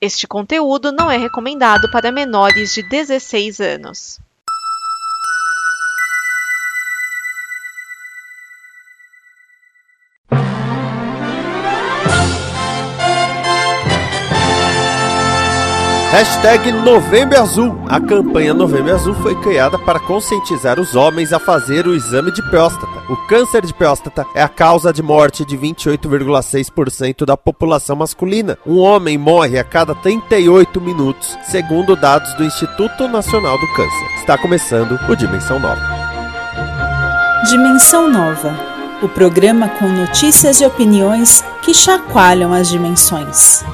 Este conteúdo não é recomendado para menores de 16 anos. Hashtag Novembro Azul. A campanha Novembro Azul foi criada para conscientizar os homens a fazer o exame de próstata. O câncer de próstata é a causa de morte de 28,6% da população masculina. Um homem morre a cada 38 minutos, segundo dados do Instituto Nacional do Câncer. Está começando o Dimensão Nova. Dimensão Nova, o programa com notícias e opiniões que chacoalham as dimensões.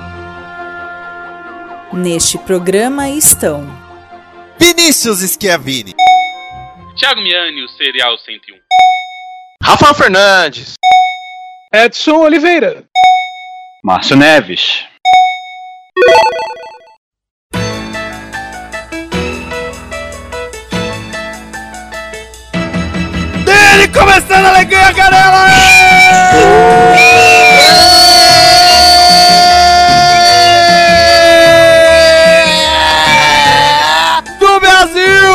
Neste programa estão Vinícius Schiavini, Thiago Miani, o Serial 101, Rafael Fernandes, Edson Oliveira, Márcio Neves. Dele começando a alegria, galera! Do Brasil!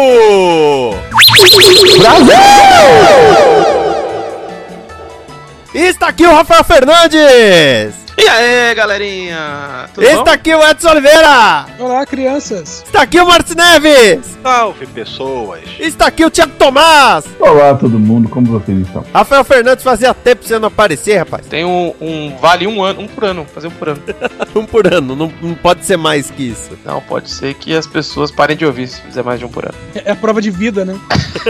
Está aqui o Rafael Fernandes! E aí, galerinha? Tudo bom? Está aqui o Edson Oliveira! Olá, crianças! Está aqui o Márcio Neves! Salve, pessoas! Está aqui o Thiago Tomás! Olá, todo mundo, como vocês estão? Rafael Fernandes, fazia tempo pra você não aparecer, rapaz. Tem vale um por ano, fazer um por ano. Um por ano, não pode ser mais que isso. Não, pode ser que as pessoas parem de ouvir se fizer mais de um por ano. É a prova de vida, né?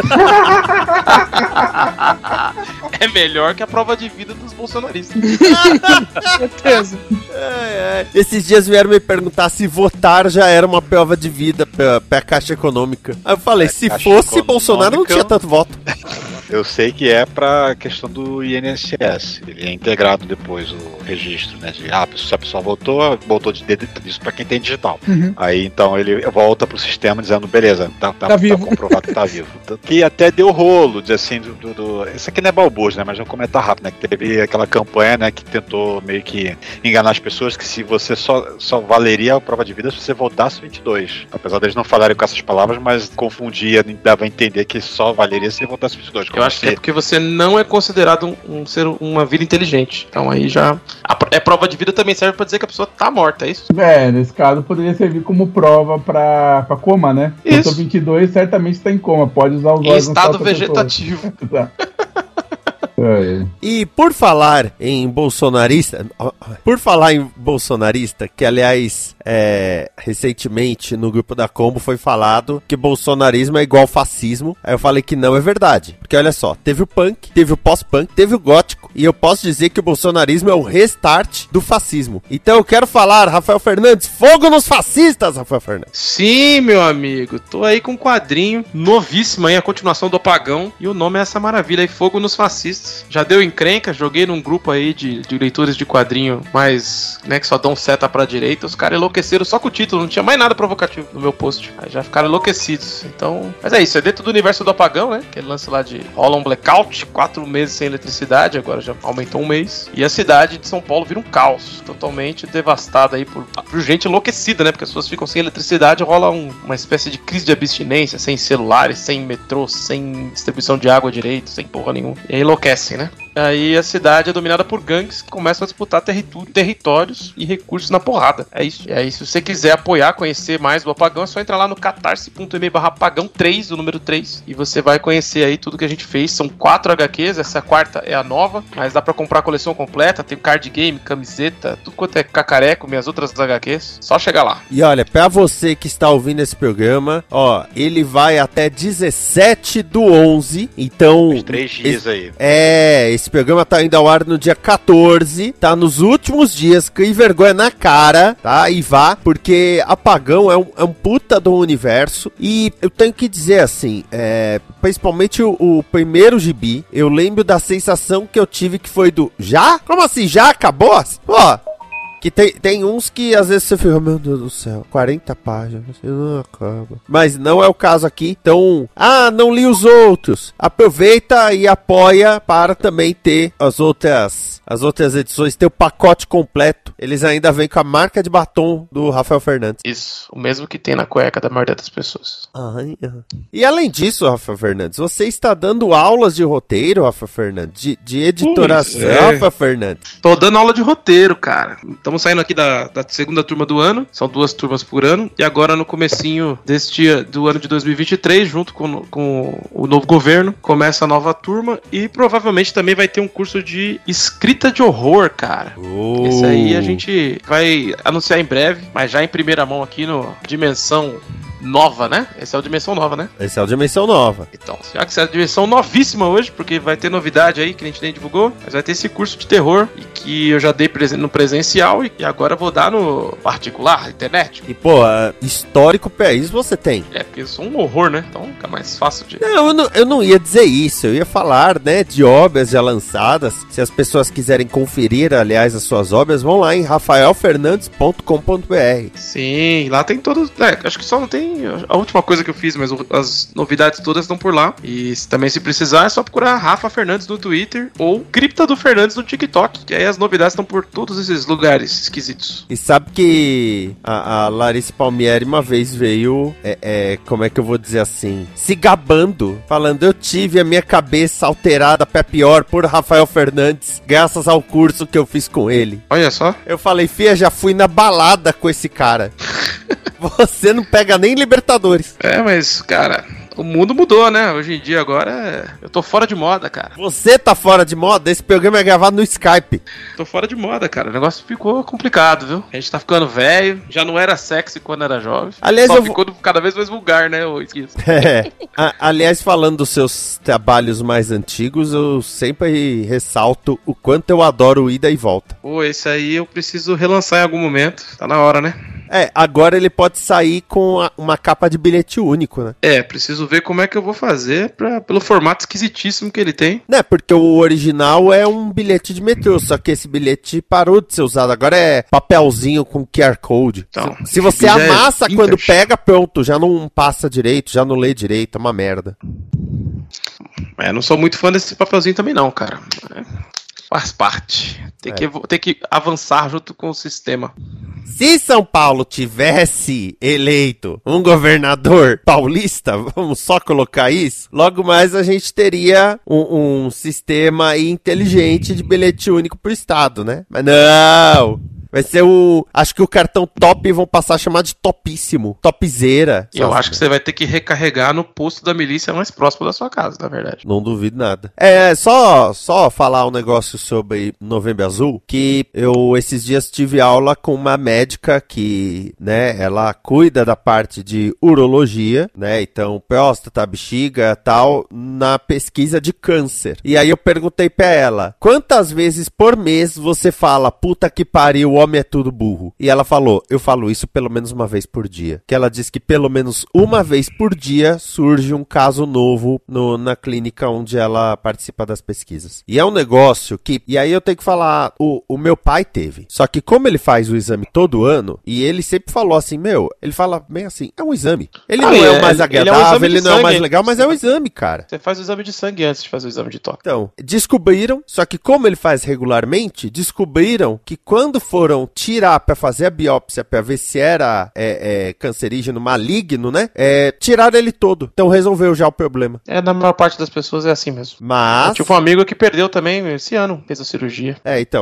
É melhor que a prova de vida dos bolsonaristas. Certeza. Esses dias vieram me perguntar se votar já era uma prova de vida pra Caixa Econômica. Aí eu falei, se fosse Bolsonaro não tinha tanto voto. Eu sei que é pra questão do INSS. Ele é integrado depois o registro, né? Se a pessoa votou disso pra quem tem digital. Uhum. Aí então ele volta pro sistema dizendo, beleza, tá vivo. comprovado que tá vivo. Que até deu rolo, dizer assim, isso aqui não é balbúrdia, né? Mas vamos comentar rápido, né? Que teve aquela campanha, né? Que tentou meio que enganar as pessoas que se você só valeria a prova de vida se você votasse 22. Apesar deles não falarem com essas palavras, mas confundia, dava a entender que só valeria se votasse 22. Eu acho que é porque você não é considerado uma vida inteligente. Então aí já... A prova de vida também serve pra dizer que a pessoa tá morta, é isso? Nesse caso poderia servir como prova pra coma, né? Isso. Eu tô 22, certamente tá em coma, pode usar os Em órgãos estado pra outra vegetativo. pessoa. E por falar em bolsonarista, que aliás, recentemente no grupo da Combo foi falado que bolsonarismo é igual fascismo. Aí eu falei que não é verdade. Porque olha só, teve o punk, teve o pós-punk, teve o gótico. E eu posso dizer que o bolsonarismo é o restart do fascismo. Então eu quero falar, Rafael Fernandes, fogo nos fascistas, Rafael Fernandes. Sim, meu amigo, tô aí com um quadrinho novíssimo aí, a continuação do Apagão. E o nome é essa maravilha aí, Fogo nos Fascistas. Já deu encrenca, joguei num grupo aí de leitores de quadrinho mais, né, que só dão seta pra direita. Os caras enlouqueceram só com o título, não tinha mais nada provocativo no meu post. Aí já ficaram enlouquecidos. Então, mas é isso, é dentro do universo do Apagão, né? Aquele lance lá de rola um blackout, 4 meses sem eletricidade, agora já aumentou um mês. E a cidade de São Paulo vira um caos, totalmente devastada aí por gente enlouquecida, né? Porque as pessoas ficam sem eletricidade, rola uma espécie de crise de abstinência, sem celulares, sem metrô, sem distribuição de água direito, sem porra nenhuma. E aí enlouquecem, né? Aí a cidade é dominada por gangues que começam a disputar territórios e recursos na porrada. É isso. E aí, se você quiser apoiar, conhecer mais do Apagão, é só entrar lá no catarse.me/apagão3, o número 3, e você vai conhecer aí tudo que a gente fez. São 4 HQs, essa quarta é a nova, mas dá pra comprar a coleção completa, tem card game, camiseta, tudo quanto é cacareco, minhas outras HQs, só chegar lá. E olha, pra você que está ouvindo esse programa, ó, ele vai até 17/11, então... Uns 3 dias aí. Esse programa tá indo ao ar no dia 14, tá nos últimos dias, que vergonha na cara, tá? E vá, porque Apagão é um puta do universo, e eu tenho que dizer assim, principalmente o primeiro gibi, eu lembro da sensação que eu tive que foi do, já? Como assim, já acabou? Pô, Que tem uns que às vezes você fica, meu Deus do céu, 40 páginas, não acaba. Mas não é o caso aqui, então, não li os outros. Aproveita e apoia para também ter as outras edições, ter o pacote completo. Eles ainda vêm com a marca de batom do Rafael Fernandes. Isso, o mesmo que tem na cueca da maioria das pessoas. E além disso, Rafael Fernandes, você está dando aulas de roteiro, Rafael Fernandes, de editoração, Rafael Fernandes. Tô dando aula de roteiro, cara. Estamos saindo aqui da segunda turma do ano, são 2 turmas por ano, e agora no comecinho do ano de 2023, junto com o novo governo, começa a nova turma e provavelmente também vai ter um curso de escrita de horror, cara. Esse aí a gente vai anunciar em breve, mas já em primeira mão aqui no Dimensão Nova, né? Esse é o Dimensão Nova, né? Esse é o Dimensão Nova. Então, já que essa é a dimensão novíssima hoje, porque vai ter novidade aí que a gente nem divulgou, mas vai ter esse curso de terror e que eu já dei no presencial e agora vou dar no particular, internet. E, pô, histórico país você tem. Porque eu sou um horror, né? Então fica mais fácil de... Não, eu não ia dizer isso. Eu ia falar, né, de obras já lançadas. Se as pessoas quiserem conferir, aliás, as suas obras, vão lá em rafaelfernandes.com.br. Sim, lá tem todos... acho que só não tem a última coisa que eu fiz, mas as novidades todas estão por lá. E também, se precisar, é só procurar Rafa Fernandes no Twitter ou Cripta do Fernandes no TikTok, que aí as novidades estão por todos esses lugares esquisitos. E sabe que a Larissa Palmieri uma vez veio, como é que eu vou dizer assim, se gabando, falando, eu tive a minha cabeça alterada pra pior por Rafael Fernandes, graças ao curso que eu fiz com ele. Olha só. Eu falei, fia, já fui na balada com esse cara. Você não pega nem Libertadores. Mas, cara, o mundo mudou, né? Hoje em dia, agora, eu tô fora de moda, cara. Você tá fora de moda? Esse programa é gravado no Skype. Tô fora de moda, cara. O negócio ficou complicado, viu? A gente tá ficando velho, já não era sexy quando era jovem. Aliás, só ficou cada vez mais vulgar, né? Eu esqueço. Aliás, falando dos seus trabalhos mais antigos, eu sempre ressalto o quanto eu adoro o Ida e Volta. Pô, esse aí eu preciso relançar em algum momento. Tá na hora, né? Agora ele pode sair com uma capa de bilhete único, né? Preciso ver como é que eu vou fazer pelo formato esquisitíssimo que ele tem. Né, porque o original é um bilhete de metrô, só que esse bilhete parou de ser usado. Agora é papelzinho com QR Code. Então, se você amassa quando pega, pronto, já não passa direito, já não lê direito, é uma merda. Não sou muito fã desse papelzinho também não, cara. Faz parte. Tem que avançar junto com o sistema. Se São Paulo tivesse eleito um governador paulista, vamos só colocar isso, logo mais a gente teria um sistema inteligente de bilhete único pro estado, né? Mas não! Vai ser acho que o cartão top vão passar a chamar de topíssimo. Topzera. E eu acho que você vai ter que recarregar no posto da milícia mais próximo da sua casa, na verdade. Não duvido nada. Só falar um negócio sobre Novembro Azul, que eu esses dias tive aula com uma médica que, né, ela cuida da parte de urologia, né, então próstata, bexiga, tal, na pesquisa de câncer. E aí eu perguntei pra ela, quantas vezes por mês você fala, puta que pariu, o homem é tudo burro? E ela falou, eu falo isso pelo menos uma vez por dia. Que ela diz que pelo menos uma vez por dia surge um caso novo na clínica onde ela participa das pesquisas. E é um negócio que, e aí eu tenho que falar, o meu pai teve. Só que como ele faz o exame todo ano, e ele sempre falou assim, ele fala bem assim, é um exame. Ele não é o mais agradável, ele não é o mais legal, mas é um exame, cara. Você faz o exame de sangue antes de fazer o exame de toque. Então, descobriram, só que como ele faz regularmente, descobriram que quando foram tirar pra fazer a biópsia pra ver se era cancerígeno, maligno, né? Tiraram ele todo. Então resolveu já o problema. Na maior parte das pessoas é assim mesmo. Mas... Eu tive um amigo que perdeu também esse ano, fez a cirurgia.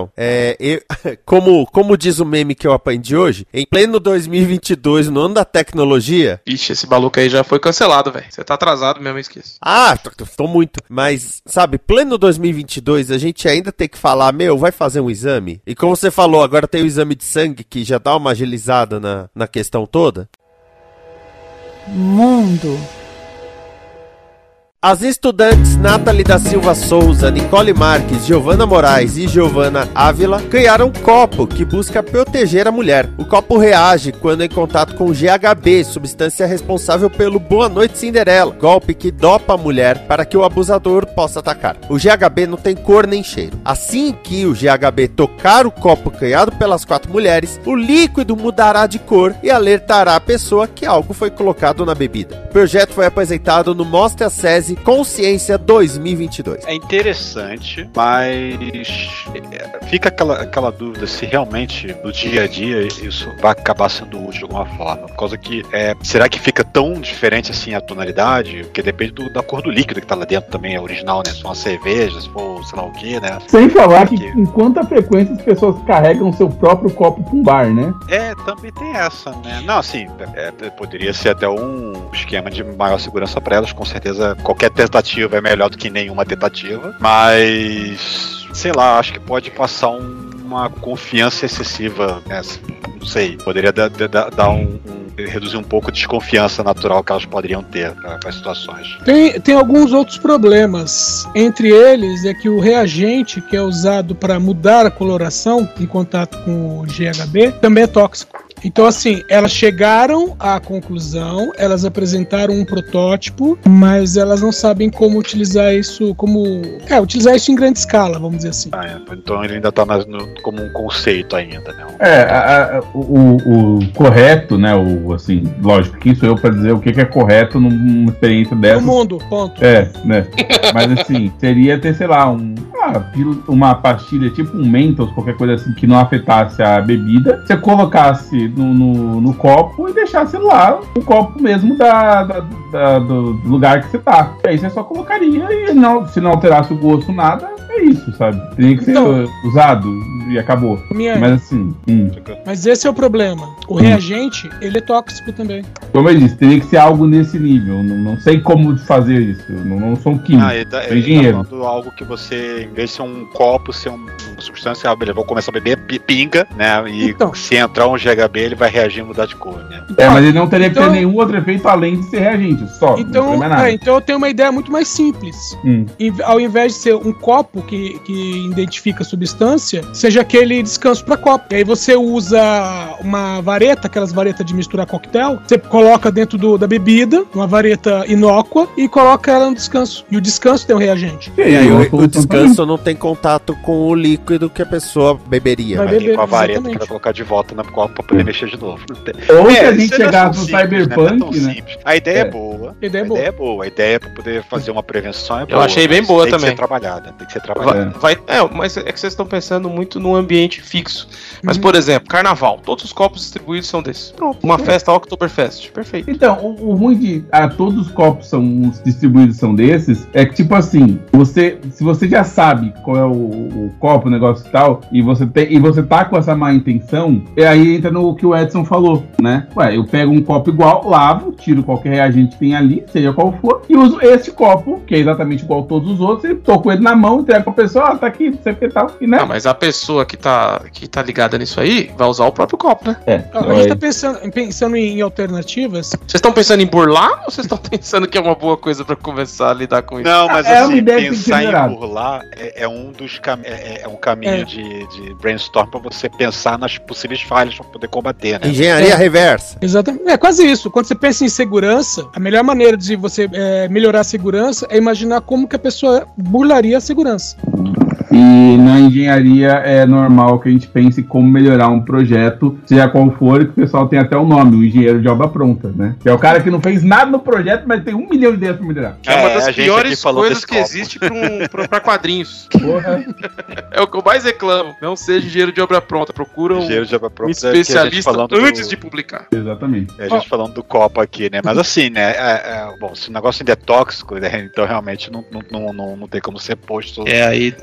Como diz o meme que eu aprendi hoje, em pleno 2022, no ano da tecnologia... Ixi, esse maluco aí já foi cancelado, velho. Você tá atrasado mesmo, eu esqueço. Tô muito. Mas, sabe, pleno 2022, a gente ainda tem que falar, vai fazer um exame? E como você falou, agora tem o exame de sangue que já dá uma agilizada na questão toda. Mundo. As estudantes Nathalie da Silva Souza, Nicole Marques, Giovana Moraes e Giovana Ávila ganharam um copo que busca proteger a mulher. O copo reage quando em contato com GHB, substância responsável pelo Boa Noite Cinderela, golpe que dopa a mulher para que o abusador possa atacar. O GHB não tem cor nem cheiro. Assim que o GHB tocar o copo ganhado pelas 4 mulheres, o líquido mudará de cor e alertará a pessoa que algo foi colocado na bebida. O projeto foi apresentado no Mostra SESI Consciência 2022. É interessante, mas fica aquela dúvida se realmente no dia a dia isso vai acabar sendo útil de alguma forma. Por causa que, será que fica tão diferente assim a tonalidade? Porque depende da cor do líquido que tá lá dentro também, é original, né? Se for uma cerveja, se for sei lá o que, né? Sem falar que com quanta frequência as pessoas carregam seu próprio copo pra um bar, né? Também tem essa, né? Não, assim, poderia ser até um esquema de maior segurança para elas, com certeza qualquer tentativa é melhor do que nenhuma tentativa, mas sei lá, acho que pode passar uma confiança excessiva, né? Não sei, poderia reduzir um pouco a desconfiança natural que elas poderiam ter para as situações. Tem alguns outros problemas. Entre eles é que o reagente que é usado para mudar a coloração em contato com o GHB também é tóxico. Então, assim, elas chegaram à conclusão, elas apresentaram um protótipo, mas elas não sabem como utilizar isso utilizar isso em grande escala, vamos dizer assim. Então ele ainda está como um conceito ainda, né? O correto, né? Assim, lógico que isso eu para dizer o que é correto numa experiência dessa. No mundo, ponto. Né? Mas assim, seria ter, sei lá, uma pastilha, tipo um Mentos, qualquer coisa assim, que não afetasse a bebida. Você colocasse no copo e deixasse lá o copo mesmo do lugar que você tá. E aí você só colocaria e se não alterasse o gosto, nada, é isso, sabe? Teria que ser usado e acabou. Mas assim... Mas esse é o problema. O reagente, ele é tóxico também. Como eu disse, teria que ser algo nesse nível. Não sei como fazer isso. Não sou um químico, sou engenheiro. Tá falando algo que você, em vez de ser um copo, ser uma substância, beleza, vou começar a beber, pinga, né? E se entrar um GHB, ele vai reagir e mudar de cor, né? Mas ele não teria que ter nenhum outro efeito além de ser reagente, só. Então eu tenho uma ideia muito mais simples. Ao invés de ser um copo que identifica a substância, seja aquele descanso para copo. E aí você usa uma vareta, aquelas varetas de misturar coquetel, você coloca dentro da bebida, uma vareta inócua, e coloca ela no descanso. E o descanso tem um reagente. E aí o descanso não tem contato com o líquido que a pessoa beberia. Vai beber, com a vareta que vai colocar de volta no copo pra poder mexer de novo. Ou se a gente chegar no Cyberpunk, né? A ideia é boa. A ideia é boa. A ideia é pra poder fazer uma prevenção é boa. Eu achei bem boa também. Tem que ser trabalhada. Mas é que vocês estão pensando muito num ambiente fixo. Mas, por exemplo, carnaval. Todos os copos distribuídos são desses. Pronto. Uma festa Oktoberfest. Perfeito. Então, o ruim de todos os copos distribuídos são desses, é que, tipo assim, se você já sabe qual é o copo, o negócio e tal, e você tá com essa má intenção, aí entra no que o Edson falou, né? Eu pego um copo igual, lavo, tiro qualquer reagente que tem ali, seja qual for, e uso esse copo, que é exatamente igual a todos os outros, e tô com ele na mão, entrego pra pessoa, tá aqui, não sei o que tal, e, né? Não, mas a pessoa que tá ligada nisso aí, vai usar o próprio copo, né? A gente tá pensando em alternativas. Vocês estão pensando em burlar, ou vocês estão pensando que é uma boa coisa pra começar a lidar com isso? Não, mas assim, pensar em burlar é um caminho de brainstorm pra você pensar nas possíveis falhas pra poder combater, né? Engenharia reversa. Exatamente. É quase isso. Quando você pensa em segurança, a melhor maneira de você melhorar a segurança é imaginar como que a pessoa burlaria a segurança. E na engenharia é normal que a gente pense como melhorar um projeto, seja qual for, que o pessoal tem até o nome, o engenheiro de obra pronta, né? Que é o cara que não fez nada no projeto, mas tem 1 milhão de ideias pra melhorar. É uma das piores coisas que existe pra quadrinhos. Porra. É o que eu mais reclamo. Não seja engenheiro de obra pronta. Procura um especialista antes de publicar. Exatamente. É a gente falando do copo aqui, né? Mas assim, né? Bom, se o negócio ainda é tóxico, né? Então realmente não tem como ser posto em uso na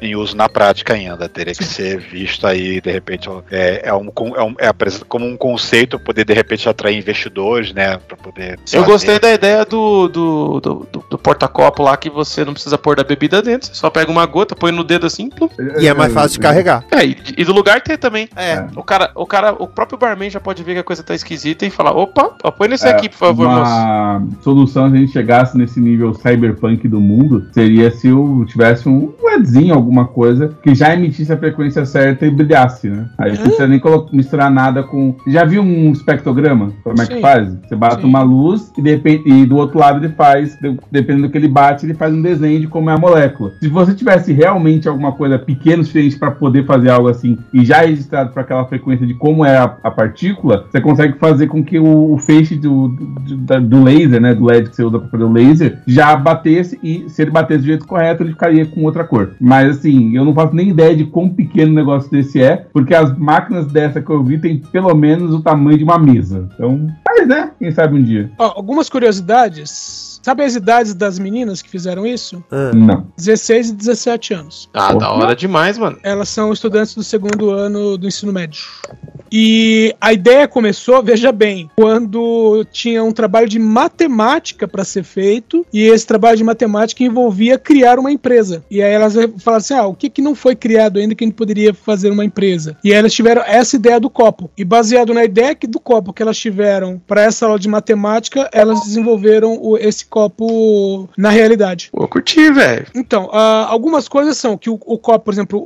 na prática ainda. Teria que ser visto aí, de repente, é apresentado como um conceito, poder de repente atrair investidores, né? Pra poder Eu gostei da ideia do porta-copo lá, que você não precisa pôr da bebida dentro, você só pega uma gota, põe no dedo assim, plum. E é mais fácil de carregar. E do lugar ter também. O O próprio barman já pode ver que a coisa tá esquisita e falar, opa, põe nesse aqui, por favor, moço. Uma solução, se a gente chegasse nesse nível cyberpunk do mundo, seria se eu tivesse um LEDzinho, alguma coisa, que já emitisse a frequência certa e brilhasse, né? Aí não precisa nem misturar nada com... Já viu um espectrograma? Como é que faz? Você bate uma luz e do outro lado ele faz, dependendo do que ele bate, ele faz um desenho de como é a molécula. Se você tivesse realmente alguma coisa pequena o suficiente para poder fazer algo assim e já registrado para aquela frequência de como é a partícula, você consegue fazer com que o feixe do laser, né, do LED que você usa para fazer o laser, já batesse, e se ele batesse do jeito correto, ele ficaria com outra cor. Mas assim, eu não faço nem ideia de quão pequeno o negócio desse é, porque as máquinas dessa que eu vi tem pelo menos o tamanho de uma mesa. Então, mas né, quem sabe um dia. Algumas curiosidades. Sabe as idades das meninas que fizeram isso? Não. 16 e 17 anos. Da hora demais, mano. Elas são estudantes do 2º ano do ensino médio. E a ideia começou, veja bem, quando tinha um trabalho de matemática para ser feito, e esse trabalho de matemática envolvia criar uma empresa. E aí elas falaram assim, o que não foi criado ainda que a gente poderia fazer uma empresa? E aí elas tiveram essa ideia do copo. E baseado na ideia do copo que elas tiveram para essa aula de matemática, elas desenvolveram esse copo na realidade. Pô, eu curti, velho. Então, algumas coisas são que o copo, por exemplo,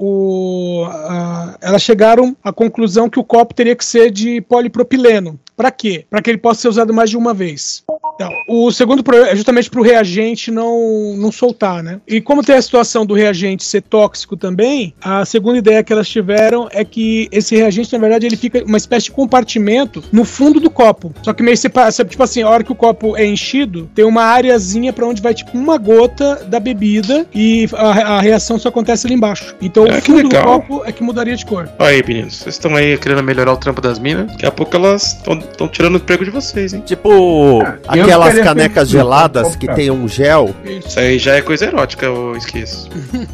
elas chegaram à conclusão que o copo teria que ser de polipropileno. Para quê? Para que ele possa ser usado mais de uma vez. Então, o segundo problema é justamente para o reagente não soltar, né? E como tem a situação do reagente ser tóxico também, a segunda ideia que elas tiveram é que esse reagente, na verdade, ele fica uma espécie de compartimento no fundo do copo. Só que meio separado, tipo assim, a hora que o copo é enchido, tem uma areazinha para onde vai tipo uma gota da bebida e a reação só acontece ali embaixo. Então o fundo do copo é que mudaria de cor. Olha aí, meninos, vocês estão aí querendo melhorar o trampo das minas, daqui a pouco elas estão tirando o emprego de vocês, hein? Tipo, aquelas canecas geladas que tem um gel. Isso aí já é coisa erótica, eu esqueço.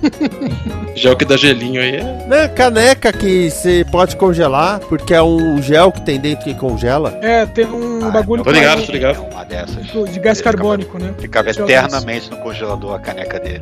Gel que dá gelinho aí é... Né, caneca que você pode congelar, porque é um gel que tem dentro que congela. Tem um bagulho... Tô ligado. Uma dessas. De gás carbônico, né? Ficava eternamente no congelador a caneca dele.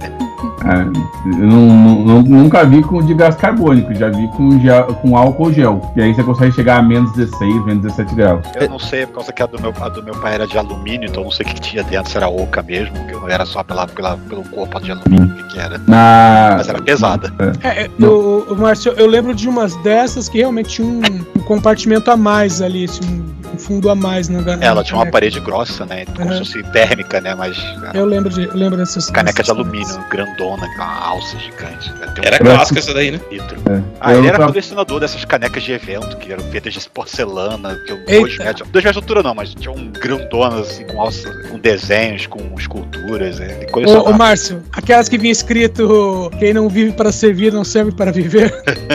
Eu nunca vi com de gás carbônico, já vi com álcool gel. E aí você consegue chegar a menos 16, menos 17 graus. Eu não sei, por causa que a do meu pai era de alumínio, então eu não sei o que tinha dentro, se era oca mesmo, que não era só pelo corpo de alumínio que era. Mas era pesada. Márcio, eu lembro de umas dessas que realmente tinha um compartimento a mais ali, assim, um fundo a mais na garrafa. Ela tinha uma parede grossa, né? Como se fosse térmica, né? Mas. Eu lembro dessas. Caneca de alumínio, grandona, com uma alça gigante. Era clássica essa daí, né? Ele era colecionador dessas canecas de evento, que eram feitas de porcelana, que eu 2 metros de altura não, mas tinha um grandonas assim, com alça, com desenhos, com esculturas. Ele colecionava. Ô Márcio, aquelas que vinha escrito quem não vive para servir não serve para viver.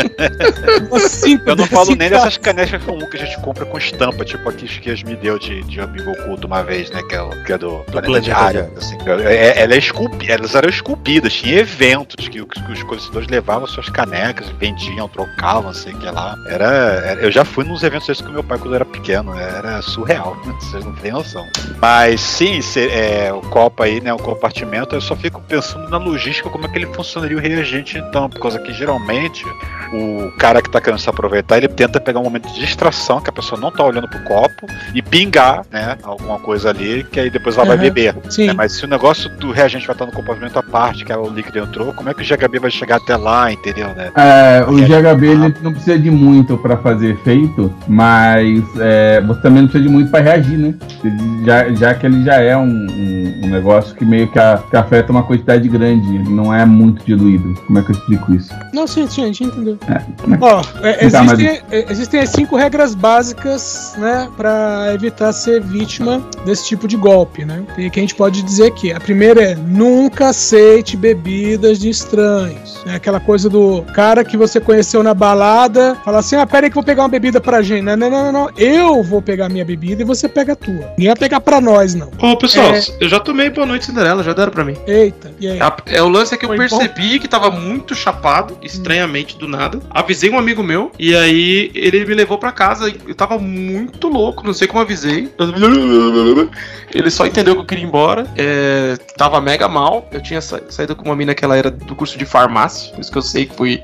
Eu não falo nem dessas canecas comum que a gente compra com estampa, tipo aqui que as me deu de amigo oculto uma vez, né? Que é do Planeta Diário. Assim, elas eram esculpidas, tinha eventos que os colecionadores levavam suas canecas, vendiam, trocavam, sei que lá. Eu já fui nos eventos desses com meu pai quando eu era pequeno, era surreal, vocês não têm noção. Mas sim, o copo aí, né? O compartimento, eu só fico pensando na logística, como é que ele funcionaria o reagente então, por causa que geralmente o cara que tá querendo se aproveitar, ele tenta pegar um momento de distração, que a pessoa não tá olhando pro copo, e pingar, né, alguma coisa ali, que aí depois ela vai beber. Né? Mas se o negócio do reagente vai estar no compartimento à parte, que o líquido entrou, como é que o GHB vai chegar até lá, entendeu, né? O GHB ele não precisa de muito para fazer efeito, mas você também não precisa de muito para reagir, né? Já que ele já é um negócio que meio que afeta uma quantidade grande, ele não é muito diluído. Como é que eu explico isso? Não, sim, a gente entendeu. Ó, existem as 5 regras básicas, né, pra evitar ser vítima desse tipo de golpe, né? E que a gente pode dizer aqui. A primeira é: nunca aceite bebidas de estranhos. É aquela coisa do cara que você conheceu na balada, fala assim: pera aí que eu vou pegar uma bebida pra gente. Não. Eu vou pegar a minha bebida e você pega a tua. Ninguém vai pegar pra nós, não. Ô, pessoal, eu já tomei Boa Noite Cinderela, já deram pra mim. Eita, e aí? O lance é que eu percebi que tava muito chapado, estranhamente, do nada. Avisei um amigo meu, e aí ele me levou pra casa. Eu tava muito louco, não sei como avisei. Ele só entendeu que eu queria ir embora. Tava mega mal. Eu tinha saído com uma mina que ela era do curso de farmácia, por isso que eu sei que fui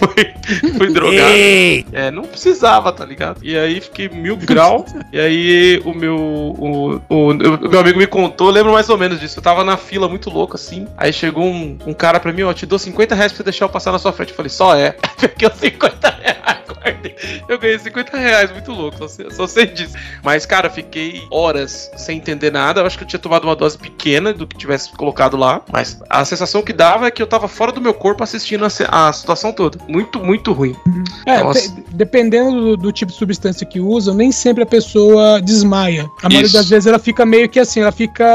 drogado. Não precisava, tá ligado? E aí fiquei 1000 grau. E aí o meu amigo me contou, eu lembro mais ou menos disso. Eu tava na fila muito louco assim. Aí chegou um cara pra mim: ó, te dou 50 reais pra você deixar eu passar na sua frente. Eu falei: só é. Peguei os 50 reais, guardei. Eu ganhei 50 reais, muito louco, só sei disso. Mas, cara, fiquei horas sem entender nada. Eu acho que eu tinha tomado uma dose pequena do que tivesse colocado lá. Mas a sensação que dava é que eu tava fora do meu corpo assistindo a situação toda. Muito, muito ruim. Dependendo do tipo de substância que usam, nem sempre a pessoa desmaia. A maioria das vezes ela fica meio que assim, ela fica...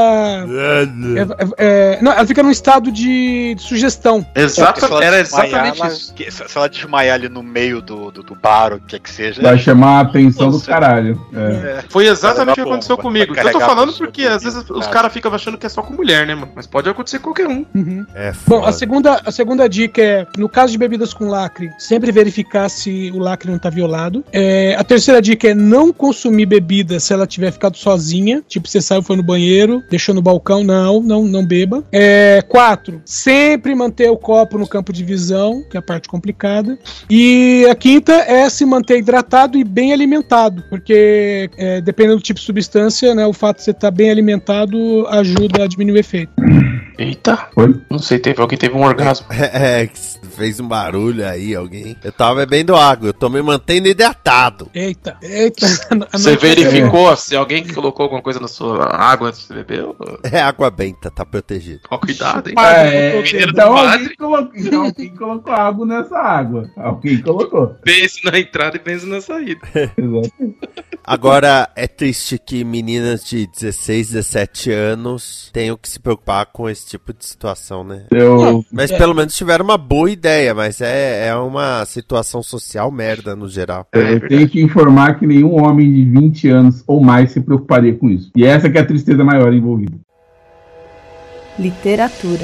ela fica num estado de sugestão. Era exatamente isso. Se ela desmaiar ali no meio do bar, ou o que seja... Vai chamar a atenção do caralho. Foi exatamente o que aconteceu comigo. Eu tô falando porque às vezes os caras ficam achando que é só com mulher, né, mano? Mas pode acontecer com qualquer um. Bom, a segunda dica é: no caso de bebidas com lacre, sempre verificar se o lacre não tá violado. A terceira dica é não consumir bebida se ela tiver ficado sozinha. Tipo, você saiu, foi no banheiro, deixou no balcão. Não beba. 4, sempre manter o copo no campo de visão, que é a parte complicada. E a quinta é se manter hidratado e bem alimentado, porque dependendo do tipo de substância, né, o fato de você estar bem alimentado ajuda a diminuir o efeito. Eita, Foi? Não sei, alguém teve um orgasmo. Fez um barulho aí, alguém. Eu tava bebendo água, eu tô me mantendo hidratado. Eita. Você verificou se alguém colocou alguma coisa na sua água antes de você beber? É água benta, tá protegido. Ó, cuidado, hein? Então alguém colocou água nessa água. Alguém colocou. Pense na entrada e pense na saída. Exato. Agora, é triste que meninas de 16, 17 anos tenham que se preocupar com esse tipo de situação, né? Mas pelo menos tiveram uma boa ideia, mas é uma situação social merda no geral. Eu tenho que informar que nenhum homem de 20 anos ou mais se preocuparia com isso. E essa que é a tristeza maior envolvida. Literatura.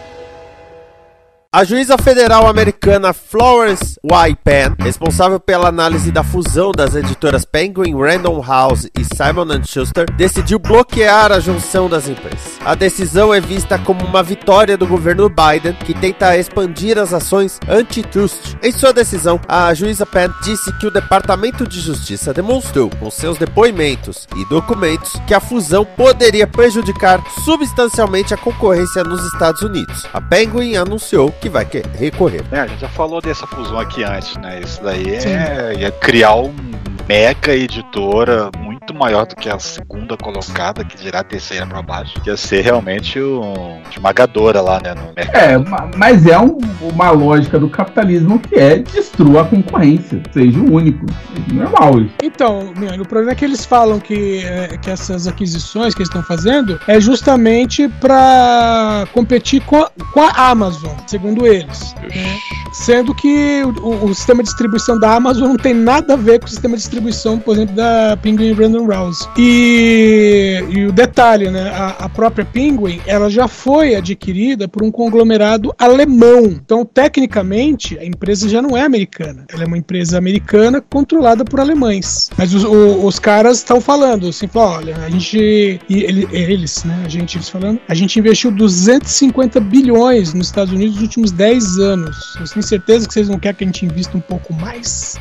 A juíza federal americana Florence Y. Penn, responsável pela análise da fusão das editoras Penguin Random House e Simon & Schuster, decidiu bloquear a junção das empresas. A decisão é vista como uma vitória do governo Biden, que tenta expandir as ações antitrust. Em sua decisão, a juíza Penn disse que o Departamento de Justiça demonstrou, com seus depoimentos e documentos, que a fusão poderia prejudicar substancialmente a concorrência nos Estados Unidos. A Penguin anunciou que vai recorrer. A gente já falou dessa fusão aqui antes, né? Isso daí ia criar uma mega editora muito maior do que a segunda colocada, que dirá a terceira pra baixo. Que ia ser realmente esmagadora lá, né, no mercado. Mas é uma lógica do capitalismo que destrua a concorrência, seja o único. É normal isso. Então, o problema é que eles falam que essas aquisições que eles estão fazendo é justamente para competir com a Amazon, segundo eles. Né? Sendo que o sistema de distribuição da Amazon não tem nada a ver com o sistema de distribuição, por exemplo, da Penguin Random House. E o detalhe, né? A própria Penguin, ela já foi adquirida por um conglomerado alemão. Então, tecnicamente, a empresa já não é americana. Ela é uma empresa americana controlada por alemães. Mas os caras estão falando assim, olha, a gente... Eles falando, a gente investiu 250 bilhões nos Estados Unidos nos últimos 10 anos. Você tem certeza que vocês não querem que a gente invista um pouco mais?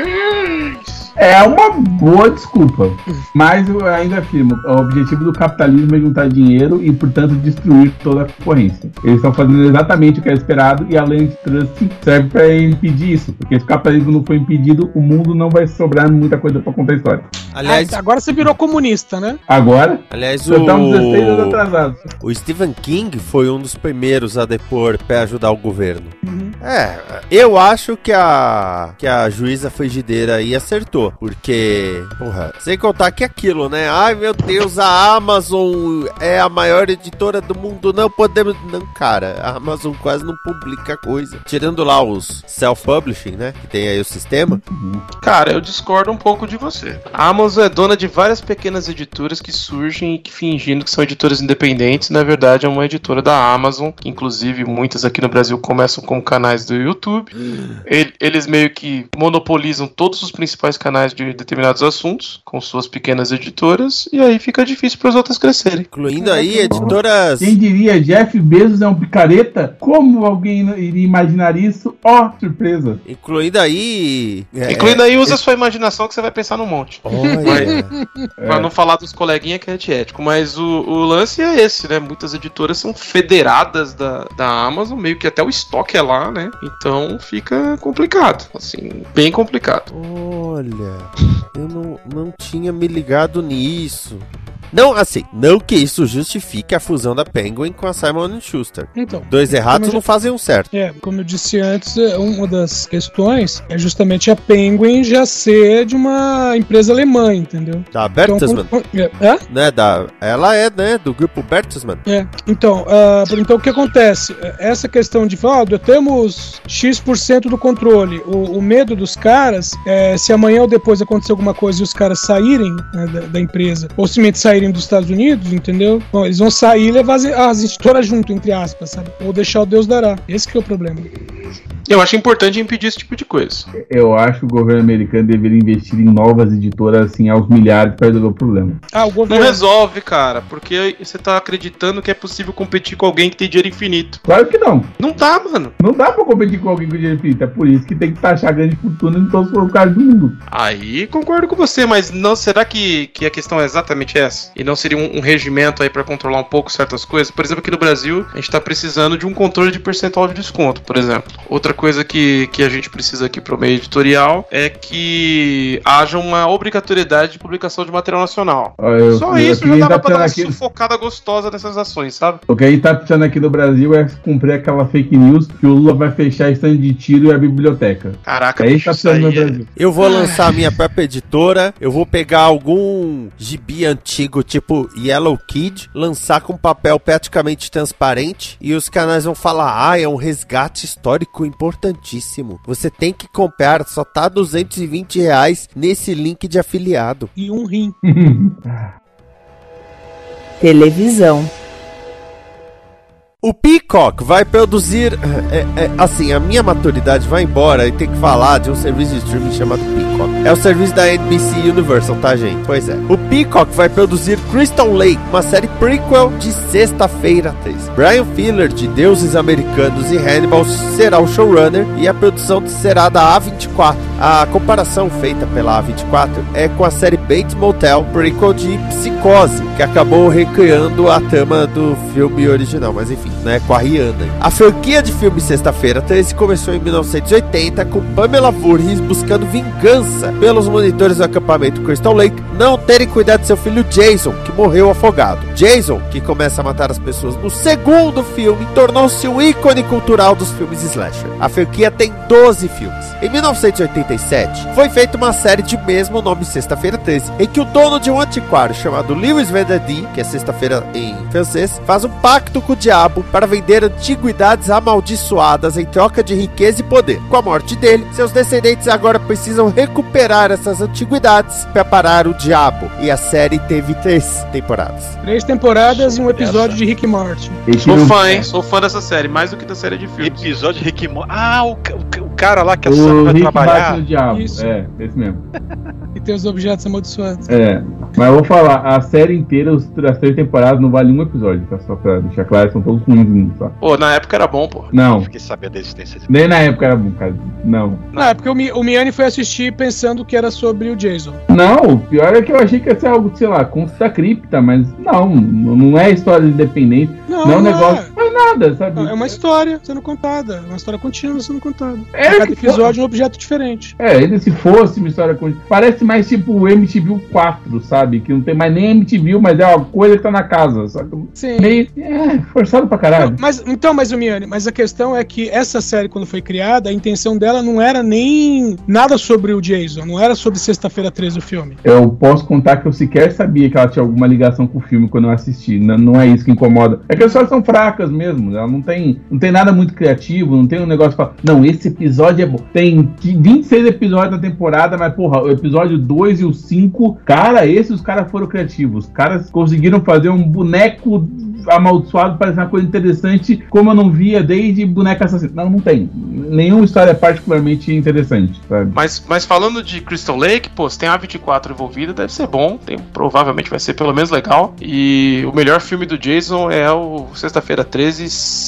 É uma boa desculpa, mas eu ainda afirmo, o objetivo do capitalismo é juntar dinheiro e, portanto, destruir toda a concorrência. Eles estão fazendo exatamente o que é esperado e a lei antitrust serve para impedir isso, porque se o capitalismo não for impedido, o mundo não vai sobrar muita coisa para contar a história. Aliás, agora você virou comunista, né? Agora? Aliás, estamos 16 anos atrasados. O Stephen King foi um dos primeiros a depor para ajudar o governo. Uhum. Eu acho que a juíza frigideira aí acertou, porque, porra, sem contar que aquilo, né? Ai, meu Deus, a Amazon é a maior editora do mundo, não podemos... Não, cara, a Amazon quase não publica coisa. Tirando lá os self-publishing, né? Que tem aí o sistema. Cara, eu discordo um pouco de você. A Amazon é dona de várias pequenas editoras que surgem e que fingindo que são editoras independentes, na verdade é uma editora da Amazon, que inclusive muitas aqui no Brasil começam como canais do YouTube. Eles meio que monopolizam todos os principais canais de determinados assuntos, com suas pequenas editoras, e aí fica difícil para as outras crescerem. Incluindo aí editoras... Quem diria, Jeff Bezos é um picareta? Como alguém iria imaginar isso? Ó, surpresa. Incluindo aí... usa a sua imaginação que você vai pensar num monte. Pra não falar dos coleguinhas que é antiético. Mas o lance é esse, né? Muitas editoras são federadas da Amazon, meio que até o estoque é lá, né? Então fica complicado, assim, bem complicado. Olha, eu não tinha me ligado nisso. Não, assim, não que isso justifique a fusão da Penguin com a Simon & Schuster. Então, dois errados não fazem um certo. Como eu disse antes, uma das questões é justamente a Penguin já ser de uma empresa alemã, entendeu? Da Bertelsmann. Né, ela é, né, do grupo Bertelsmann. Então o que acontece? Essa questão de falar, temos X% do controle. O medo dos caras é se amanhã ou depois acontecer alguma coisa e os caras saírem, né, da empresa, ou simplesmente saírem dos Estados Unidos, entendeu? Bom, eles vão sair e levar as editoras junto, entre aspas, sabe? Ou deixar o Deus dará. Esse que é o problema. Eu acho importante impedir esse tipo de coisa. Eu acho que o governo americano deveria investir em novas editoras, assim, aos milhares para resolver o problema. O governo... Não resolve, cara, porque você tá acreditando que é possível competir com alguém que tem dinheiro infinito. Claro que não. Não dá, mano. Não dá pra competir com alguém com dinheiro infinito. É por isso que tem que taxar grande fortuna em todos os lugares do mundo. Aí concordo com você, mas não, será que a questão é exatamente essa? E não seria um regimento aí pra controlar um pouco certas coisas? Por exemplo, aqui no Brasil, a gente tá precisando de um controle de percentual de desconto, por exemplo. Outra coisa que a gente precisa aqui pro meio editorial é que haja uma obrigatoriedade de publicação de material nacional. Só isso já dava pra dar uma sufocada gostosa nessas ações, sabe? O que a gente tá precisando aqui no Brasil é cumprir aquela fake news que o Lula vai fechar a stand de tiro e a biblioteca. Caraca, aí tá precisando no Brasil. Eu vou lançar a minha própria editora, eu vou pegar algum gibi antigo, tipo Yellow Kid, lançar com papel praticamente transparente e os canais vão falar, é um resgate histórico importantíssimo. Você tem que comprar, só tá R$220 nesse link de afiliado. E um rim. Televisão. O Peacock vai produzir... assim, a minha maturidade vai embora e tem que falar de um serviço de streaming chamado Peacock. É o serviço da NBC Universal, tá, gente? Pois é. O Peacock vai produzir Crystal Lake, uma série prequel de Sexta-feira 13. Brian Fuller, de Deuses Americanos e Hannibal, será o showrunner e a produção será da A24. A comparação feita pela A24 é com a série Bates Motel, prequel de Psicose, que acabou recriando a trama do filme original, mas enfim, né, com a Rihanna. A franquia de filme Sexta-feira 13 começou em 1980 com Pamela Voorhees buscando vingança pelos monitores do acampamento Crystal Lake não terem cuidado de seu filho Jason, que morreu afogado. Jason, que começa a matar as pessoas no segundo filme, tornou-se um ícone cultural dos filmes slasher. A franquia tem 12 filmes. Em 1987, foi feita uma série de mesmo nome Sexta-feira 13, em que o dono de um antiquário chamado Lewis Vendredi, que é sexta-feira em francês, faz um pacto com o diabo para vender antiguidades amaldiçoadas em troca de riqueza e poder. Com a morte dele, seus descendentes agora precisam recuperar essas antiguidades para parar o diabo. E a série teve 3 temporadas. 3 temporadas e um episódio de Rick e Morty. Sou fã, hein? Sou fã dessa série, mais do que da série de filmes. Episódio de Rick e Morty. O cara lá que a Sam vai trabalhar. O diabo. Isso. É, esse mesmo. E tem os objetos amaldiçoados. Mas eu vou falar, a série inteira, as 3 temporadas, não vale um episódio, tá? Só pra deixar claro, são todos ruins, só. Pô, na época era bom, pô. Não. Fiquei sabendo da existência desse. Nem na época era bom, cara. Não. Não, é porque o Miane foi assistir pensando que era sobre o Jason. Não, o pior é que eu achei que ia ser algo, sei lá, conto da cripta, mas não é história independente. Não é um negócio. mais nada, sabe? É uma história sendo contada, uma história contínua sendo contada. que Cada episódio é um objeto diferente. Ainda se fosse uma história contínua. Parece mais tipo o MTV 4, sabe? Que não tem mais nem MTV, mas é uma coisa que tá na casa, sabe? Sim. Meio forçado pra caralho. Mas o Miane, mas a questão é que essa série, quando foi criada, a intenção dela não era nem nada sobre o Jason, não era sobre Sexta-feira 13 o filme. Eu posso contar que eu sequer sabia que ela tinha alguma ligação com o filme quando eu assisti. Não é isso que incomoda. É que as histórias são fracas mesmo. Ela não tem nada muito criativo, não tem um negócio pra falar, não, esse episódio é bom. Tem 26 episódios na temporada, mas porra, o episódio 2 e o 5, cara, os caras foram criativos. Os caras conseguiram fazer um boneco amaldiçoado parecer uma coisa interessante, como eu não via desde Boneca Assassina. Não tem. Nenhuma história é particularmente interessante, sabe? Mas falando de Crystal Lake, pô, se tem a 24 envolvida, deve ser bom. Provavelmente vai ser pelo menos legal. E o melhor filme do Jason é o Sexta-feira 13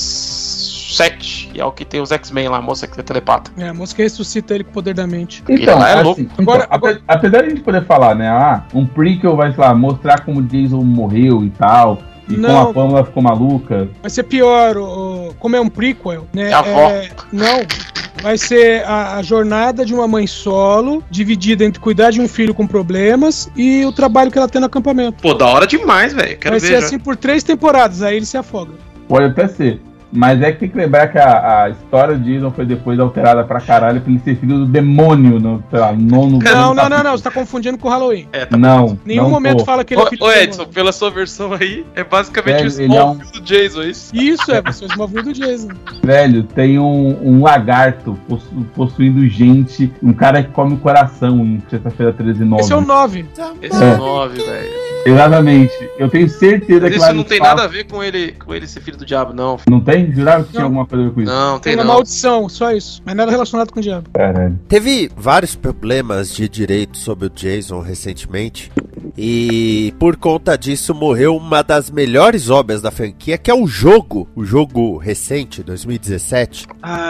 7, e é o que tem os X-Men lá, a moça que é telepata. É, a moça que ressuscita ele com o poder da mente. Então, é assim, apesar de a gente poder falar, né, um prequel vai, sei lá, mostrar como o Jason morreu e tal, e como a Pamela ficou maluca. Vai ser pior, como é um prequel, né? É a avó. Não, vai ser a jornada de uma mãe solo, dividida entre cuidar de um filho com problemas e o trabalho que ela tem no acampamento. Pô, da hora demais, velho. Vai ser assim por 3 temporadas, aí ele se afoga. Pode até ser. Mas é que tem que lembrar que a história de Jason foi depois alterada pra caralho pra ele ser filho do demônio no, sei lá, nono... Não, você tá confundindo com o Halloween. Não, nenhum momento fala que ele é filho do demônio. Edson, pela sua versão aí, é basicamente o Smallville do Jason, é isso? Isso, você é o Smallville do Jason. Velho, tem um lagarto possuindo gente, um cara que come o coração em Sexta-feira 13 9. Esse é o 9. Esse é o 9, velho. Exatamente. Eu tenho certeza que isso não tem nada a ver com ele ser filho do diabo, não. Não tem? Jurava que tinha alguma coisa a ver com isso. Não, tem uma maldição, só isso. Mas nada relacionado com o diabo. Caralho. Teve vários problemas de direito sobre o Jason recentemente. E por conta disso morreu uma das melhores obras da franquia, que é o jogo recente, 2017.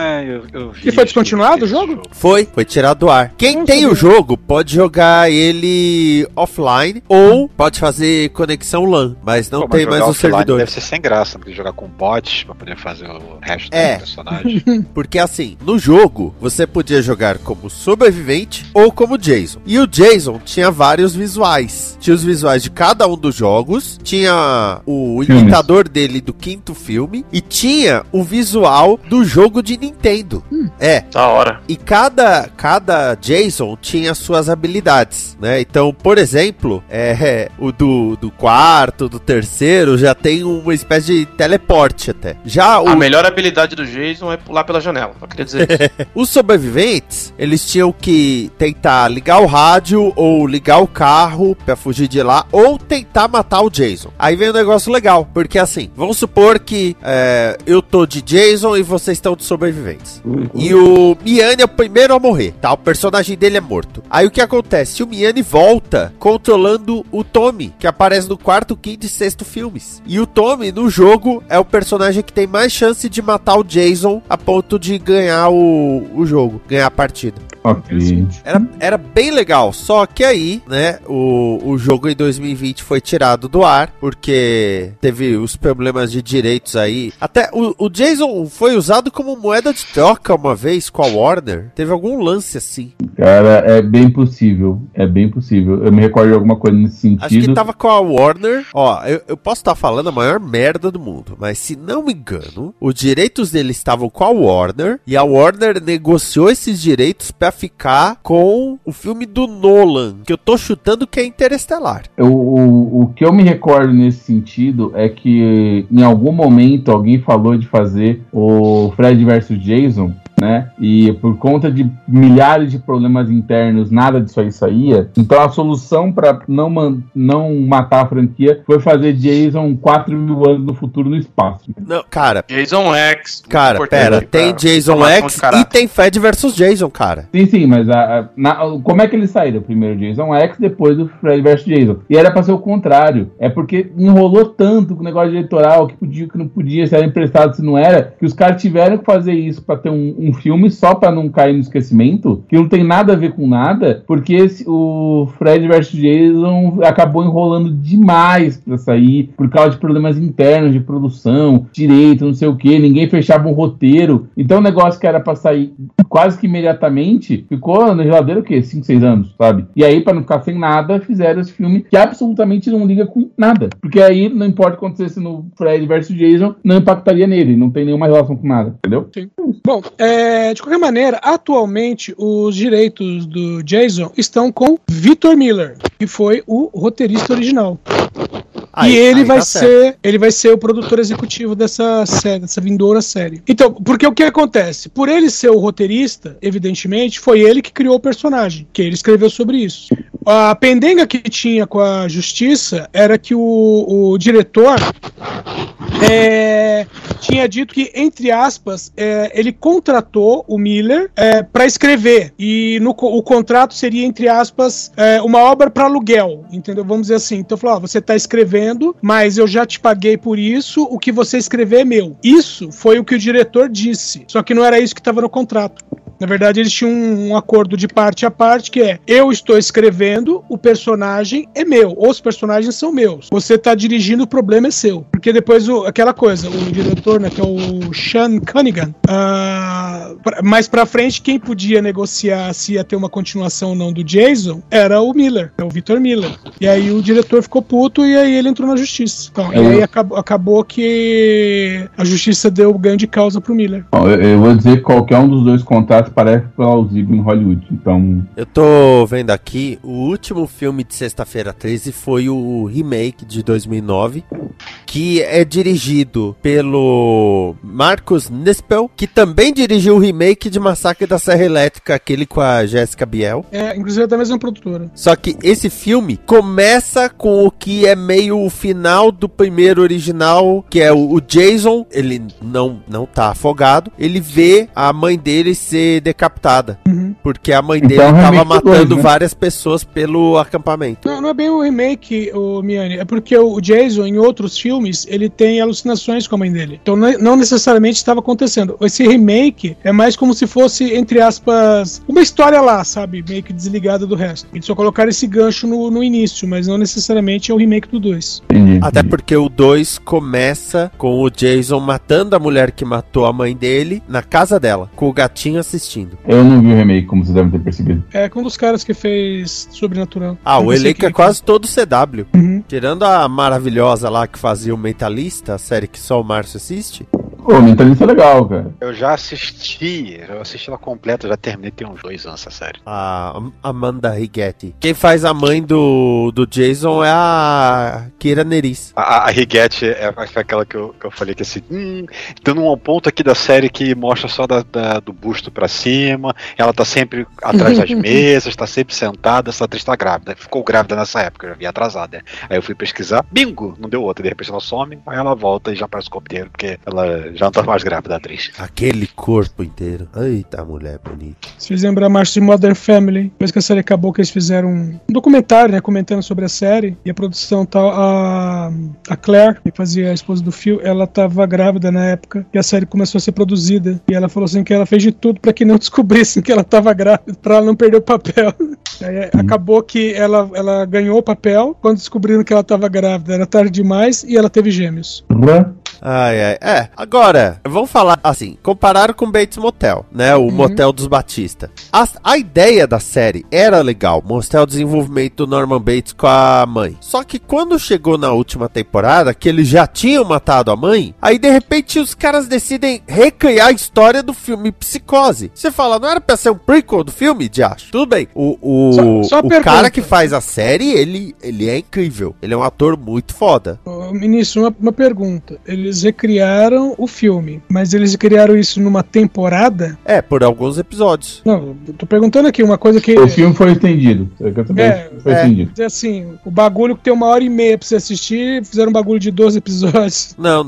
Eu vi. E foi descontinuado o jogo? Foi tirado do ar. Quem tem o jogo pode jogar ele offline ou pode fazer conexão LAN, mas não tem mais o servidor. Deve ser sem graça, porque jogar com bots pra poder fazer o resto do personagem. Porque assim, no jogo você podia jogar como sobrevivente ou como Jason. E o Jason tinha vários visuais. Tinha os visuais de cada um dos jogos, tinha o imitador dele do 5º filme e tinha o visual do jogo de Nintendo. Da hora. E cada Jason tinha suas habilidades, né? Então, por exemplo, o do 4º, do 3º, já tem uma espécie de teleporte até. Já a melhor habilidade do Jason é pular pela janela, só queria dizer isso. Os sobreviventes, eles tinham que tentar ligar o rádio ou ligar o carro pra fugir de lá, ou tentar matar o Jason. Aí vem um negócio legal, porque assim, vamos supor que eu tô de Jason e vocês estão de sobreviventes. E o Miane é o primeiro a morrer, tá? O personagem dele é morto. Aí o que acontece? O Miane volta controlando o Tommy, que aparece no 4º, 5º e 6º filmes. E o Tommy, no jogo, é o personagem que tem mais chance de matar o Jason a ponto de ganhar o jogo, ganhar a partida. Ok. Era bem legal, só que aí, né, o jogo em 2020 foi tirado do ar, porque teve os problemas de direitos aí. Até o Jason foi usado como moeda de troca uma vez com a Warner. Teve algum lance assim. Cara, é bem possível. Eu me recordo de alguma coisa nesse sentido. Acho que tava com a Warner. Ó, eu posso estar falando a maior merda do mundo, mas se não me engano, os direitos dele estavam com a Warner, e a Warner negociou esses direitos pra ficar com o filme do Nolan, que eu tô chutando que é Interestelar. O que eu me recordo nesse sentido é que em algum momento alguém falou de fazer o Fred vs Jason, né? E por conta de milhares de problemas internos, nada disso aí saía. Então a solução para não matar a franquia foi fazer Jason 4.000 anos no futuro no espaço. Não, cara. Jason X. Cara, pera, tem Jason X e tem Fred vs Jason, cara. Sim, Sim, mas como é que eles saíram? Primeiro Jason X, depois do Freddy vs Jason. E era pra ser o contrário. É porque enrolou tanto com o negócio eleitoral, que podia, que não podia, se era emprestado, se não era, que os caras tiveram que fazer isso pra ter um filme só pra não cair no esquecimento, que não tem nada a ver com nada, porque o Freddy vs Jason acabou enrolando demais pra sair, por causa de problemas internos de produção, direito, não sei o que, ninguém fechava um roteiro. Então o negócio que era pra sair quase que imediatamente, ficou na geladeira o quê? 5, 6 anos, sabe? E aí, pra não ficar sem nada, fizeram esse filme que absolutamente não liga com nada. Porque aí, não importa o que acontecesse no Freddy vs Jason, não impactaria nele, não tem nenhuma relação com nada, entendeu? Sim. Bom, de qualquer maneira, atualmente os direitos do Jason estão com Victor Miller, que foi o roteirista original. E ele vai ser o produtor executivo dessa série, dessa vindoura série. Então, porque o que acontece? Por ele ser o roteirista, evidentemente, foi ele que criou o personagem, que ele escreveu sobre isso. A pendenga que tinha com a justiça era que o diretor tinha dito que, entre aspas, ele contratou o Miller para escrever. E o contrato seria, entre aspas, uma obra para aluguel, entendeu? Vamos dizer assim. Então, falou, você está escrevendo, mas eu já te paguei por isso, o que você escrever é meu. Isso foi o que o diretor disse, só que não era isso que estava no contrato. Na verdade, eles tinham um acordo de parte a parte, que eu estou escrevendo, o personagem é meu, os personagens são meus. Você está dirigindo, o problema é seu. Porque depois, aquela coisa, o diretor, né, que é o Sean Cunningham, mais pra frente, quem podia negociar se ia ter uma continuação ou não do Jason era o Miller, o Victor Miller. E aí o diretor ficou puto e aí ele entrou na justiça. Então, e aí acabou que a justiça deu ganho de causa pro Miller. Bom, eu vou dizer que qualquer um dos dois contratos parece plausível em Hollywood, então... Eu tô vendo aqui, o último filme de Sexta-feira 13 foi o remake de 2009, que é dirigido pelo Marcus Nispel, que também dirigiu o remake de Massacre da Serra Elétrica, aquele com a Jessica Biel. Inclusive é da mesma produtora. Só que esse filme começa com o que é meio o final do primeiro original, que é o Jason, ele não tá afogado, ele vê a mãe dele ser decapitada. Porque a mãe dele tava matando várias pessoas pelo acampamento. Não é bem o remake, Miane, é porque o Jason, em outros filmes, ele tem alucinações com a mãe dele. Então não necessariamente estava acontecendo. Esse remake é mais como se fosse, entre aspas, uma história lá, sabe? Meio que desligada do resto. Eles só colocaram esse gancho no início, mas não necessariamente é o remake do 2. Até porque o 2 começa com o Jason matando a mulher que matou a mãe dele na casa dela, com o gatinho assistindo. Eu não vi o remake, como vocês devem ter percebido. É com um dos caras que fez Sobrenatural. O elenco é quase todo CW. Tirando a maravilhosa lá que fazia o Mentalista, a série que só o Márcio assiste. Pô, o Mentalista é legal, cara. Eu já assisti ela completa, já terminei, tem uns 2 anos essa série. A Amanda Righetti. Quem faz a mãe do Jason é a Keira Nerys. A Righetti é aquela que eu falei que assim, tem um ponto aqui da série que mostra só do busto pra cima, ela tá sempre atrás das mesas, tá sempre sentada, essa atriz tá grávida. Ficou grávida nessa época, eu já vi atrasada. Aí eu fui pesquisar, bingo, não deu outra, de repente ela some, aí ela volta e já aparece o corpo inteiro, porque ela já não tá mais grávida, a atriz. Aquele corpo inteiro. Eita, mulher bonita. Vocês fiz lembrar mais de Modern Family. Depois que a série acabou, que eles fizeram um documentário, né, comentando sobre a série. E a produção tal, a Claire, que fazia a esposa do Phil, ela tava grávida na época que a série começou a ser produzida. E ela falou assim que ela fez de tudo pra que não descobrissem que ela tava grávida, pra ela não perder o papel. Aí acabou que ela ganhou o papel. Quando descobriram que ela tava grávida, era tarde demais e ela teve gêmeos. Agora, vamos falar assim, compararam com Bates Motel, né, o Motel dos Batista. A ideia da série era legal, mostrar o desenvolvimento do Norman Bates com a mãe. Só que quando chegou na última temporada, que eles já tinham matado a mãe, aí de repente os caras decidem recriar a história do filme Psicose. Você fala, não era pra ser um prequel do filme, Diacho? Tudo bem, o cara que faz a série, ele é incrível, ele é um ator muito foda. Ministro, uma pergunta, eles Eles recriaram o filme, mas eles criaram isso numa temporada? Por alguns episódios. Não, eu tô perguntando aqui uma coisa que... O filme foi estendido. Foi estendido. Assim, o bagulho que tem 1h30 pra você assistir, fizeram um bagulho de 12 episódios. Não.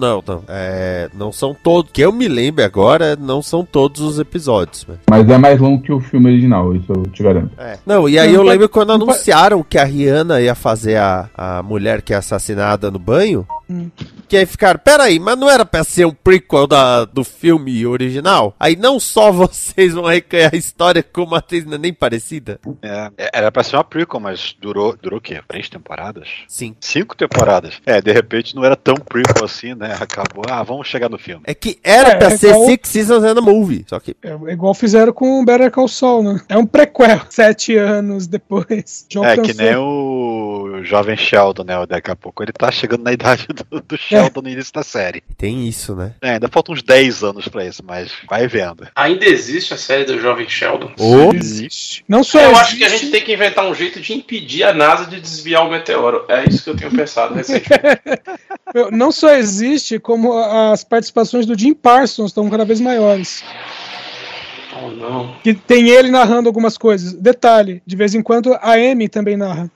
Não são todos. Que eu me lembro agora, não são todos os episódios. Mas é mais longo que o filme original, isso eu te garanto. Não, e aí eu lembro quando anunciaram que a Rihanna ia fazer a mulher que é assassinada no banho. Que aí ficaram, peraí, mas não era pra ser um prequel do filme original? Aí não só vocês vão recriar a história com uma atriz nem parecida? Era pra ser uma prequel, mas durou o quê? 3 temporadas? Sim. 5 temporadas. De repente não era tão prequel assim, né? Acabou, vamos chegar no filme. É que era pra ser igual... 6 Seasons and a Movie, só que... É igual fizeram com o Better Call Saul, né? É um prequel, 7 anos depois. Que nem o jovem Sheldon, né? Daqui a pouco ele tá chegando na idade do Sheldon no início da série. Tem isso, né? Ainda faltam uns 10 anos pra isso, mas vai vendo. Ainda existe a série do jovem Sheldon? Existe. Não só eu existe... acho que a gente tem que inventar um jeito de impedir a NASA de desviar o meteoro. É isso que eu tenho pensado recentemente. Não só existe, como as participações do Jim Parsons estão cada vez maiores. Oh, não. Que tem ele narrando algumas coisas. Detalhe, de vez em quando a Amy também narra.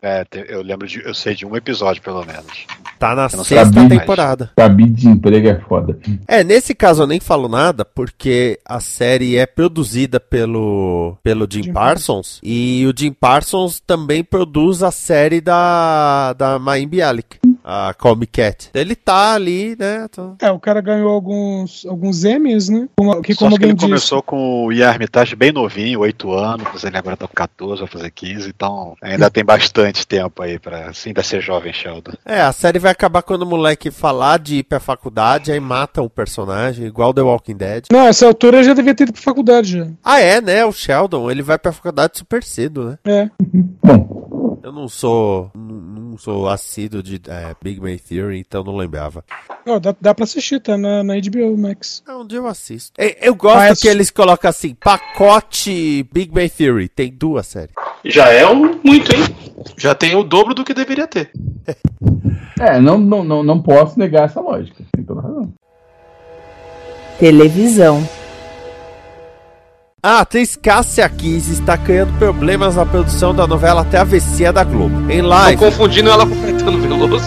Eu sei de um episódio, pelo menos. Tá na 6ª temporada. Cabide de emprego é foda. Nesse caso eu nem falo nada, porque a série é produzida pelo Jim Parsons, e o Jim Parsons também produz a série da Mayim Bialik, a Call Me Cat. Ele tá ali, né? O cara ganhou alguns Emmys, né? Como que ele começou com o Ian Armitage bem novinho, 8 anos, mas ele agora tá com 14, vai fazer 15, então ainda tem bastante tempo aí pra ainda ser jovem Sheldon. A série vai acabar quando o moleque falar de ir pra faculdade, aí mata o personagem, igual The Walking Dead. Não, essa altura já devia ter ido pra faculdade já. Né? O Sheldon, ele vai pra faculdade super cedo, né? Bom. Eu não sou assíduo de Big Bang Theory, então não lembrava. Dá pra assistir, tá na HBO Max. Um dia eu assisto. Eu gosto que eles colocam assim, pacote Big Bang Theory, tem 2 séries. Já é muito, hein? Já tem o dobro do que deveria ter. Não posso negar essa lógica. Tem toda razão. Televisão. A atriz Cássia Kiss está criando problemas na produção da novela Travessia da Globo. Em live... Tô confundindo ela com o Caetano Veloso.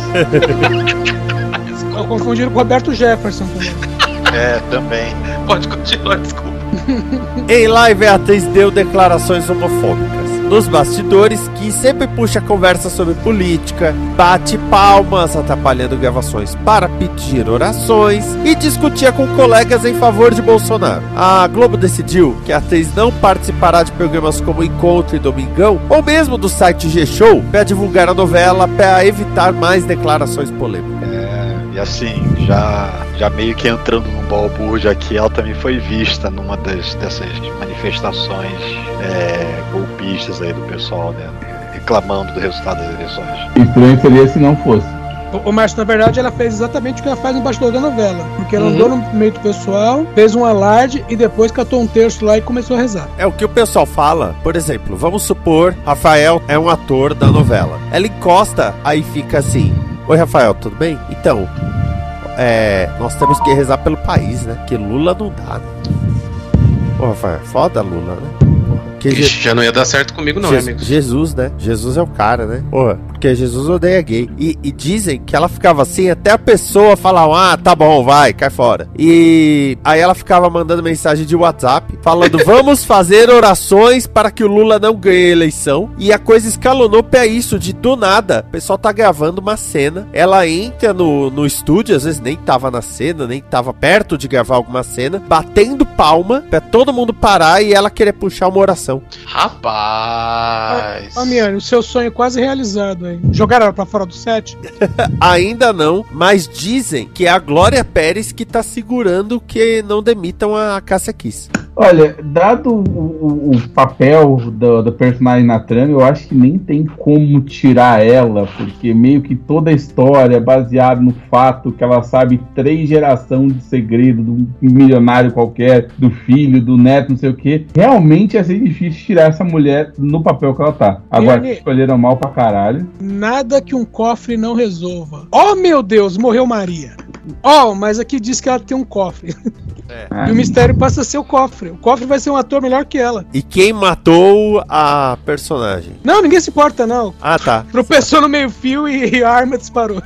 Tô confundindo com o Roberto Jefferson também. Também. Pode continuar, desculpa. Em live, a atriz deu declarações homofóbicas. Nos bastidores, que sempre puxa conversa sobre política, bate palmas, atrapalhando gravações para pedir orações e discutia com colegas em favor de Bolsonaro. A Globo decidiu que a atriz não participará de programas como Encontro e Domingão, ou mesmo do site G-Show, para divulgar a novela para evitar mais declarações polêmicas. E assim, já meio que entrando num balbúrdio aqui, ela também foi vista numa dessas manifestações golpistas aí do pessoal, né? Reclamando do resultado das eleições. Estranho seria se não fosse. Mas na verdade ela fez exatamente o que ela faz no bastidor da novela. Porque ela andou no meio do pessoal, fez um alarde e depois catou um terço lá e começou a rezar. É o que o pessoal fala. Por exemplo, vamos supor, Rafael é um ator da novela. Ela encosta, aí fica assim: oi, Rafael, tudo bem? Então, nós temos que rezar pelo país, né? Porque Lula não dá, né? Pô, Rafael, foda Lula, né? Já não ia dar certo comigo não, amigo. Jesus, né? Jesus é o cara, né? Porra, porque Jesus odeia gay. E dizem que ela ficava assim até a pessoa falar, tá bom, vai, cai fora. E aí ela ficava mandando mensagem de WhatsApp, falando, vamos fazer orações para que o Lula não ganhe a eleição. E a coisa escalonou pra isso, de do nada. O pessoal tá gravando uma cena, ela entra no estúdio, às vezes nem tava na cena, nem tava perto de gravar alguma cena, batendo palma pra todo mundo parar e ela querer puxar uma oração. Rapaz! Miane, o seu sonho é quase realizado aí. Jogaram ela pra fora do set? Ainda não, mas dizem que é a Glória Pérez que tá segurando que não demitam a Cássia Kiss. Olha, dado o papel do personagem na trama, eu acho que nem tem como tirar ela, porque meio que toda a história é baseada no fato que ela sabe 3 gerações de segredo de um milionário qualquer, do filho, do neto, não sei o que. Realmente ia ser difícil tirar essa mulher no papel que ela tá. Agora, escolheram mal pra caralho. Nada que um cofre não resolva. Oh, meu Deus, morreu Maria. Mas aqui diz que ela tem um cofre. É. E o mistério passa a ser o cofre. O cofre vai ser um ator melhor que ela. E quem matou a personagem? Não, ninguém se importa, não. Ah, tá. Tropeçou no meio-fio e a arma disparou.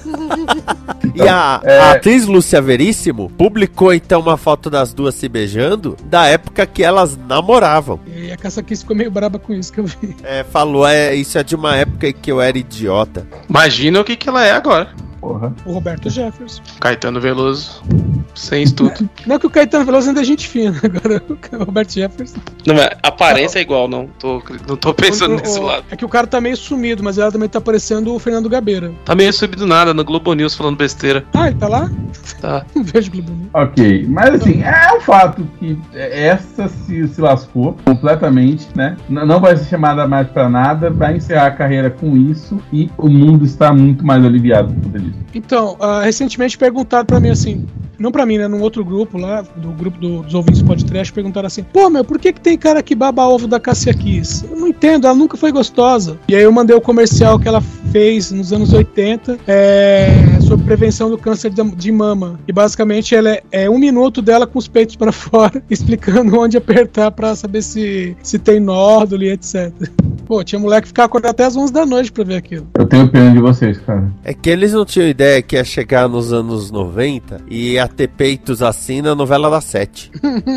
E a atriz Lúcia Veríssimo publicou então uma foto das duas se beijando da época que elas namoravam. E a Caça-Kiss ficou meio braba com isso que eu vi. Falou, isso é de uma época em que eu era idiota. Imagina o que ela é agora. Porra. O Roberto Jefferson. Caetano Veloso, sem estudo. Não que o Caetano Veloso ainda é gente fina, agora o Roberto Jefferson. Não, a aparência é igual, não tô pensando nesse lado. É que o cara tá meio sumido, mas ela também tá parecendo o Fernando Gabeira. Tá meio subido nada no Globo News falando besteira. Ah, ele tá lá? Tá. Não vejo Globo News. Ok, mas assim, é um fato que essa se lascou completamente, né? Não vai ser chamada mais pra nada, vai encerrar a carreira com isso e o mundo está muito mais aliviado por conta disso. Então, recentemente perguntaram pra mim assim, não pra mim, né, num outro grupo lá, do grupo dos ouvintes do podcast, perguntaram assim, por que tem cara que baba ovo da Cássia Kiss? Eu não entendo, ela nunca foi gostosa. E aí eu mandei o comercial que ela fez nos anos 80 sobre prevenção do câncer de mama. E basicamente ela é 1 minuto dela com os peitos pra fora, explicando onde apertar pra saber se tem nódulo e etc. Pô, tinha moleque que ficava acordado até as 11 da noite pra ver aquilo. Eu tenho pena de vocês, cara. É que eles não tinham ideia que ia chegar nos anos 90 e ia ter peitos assim na novela da 7.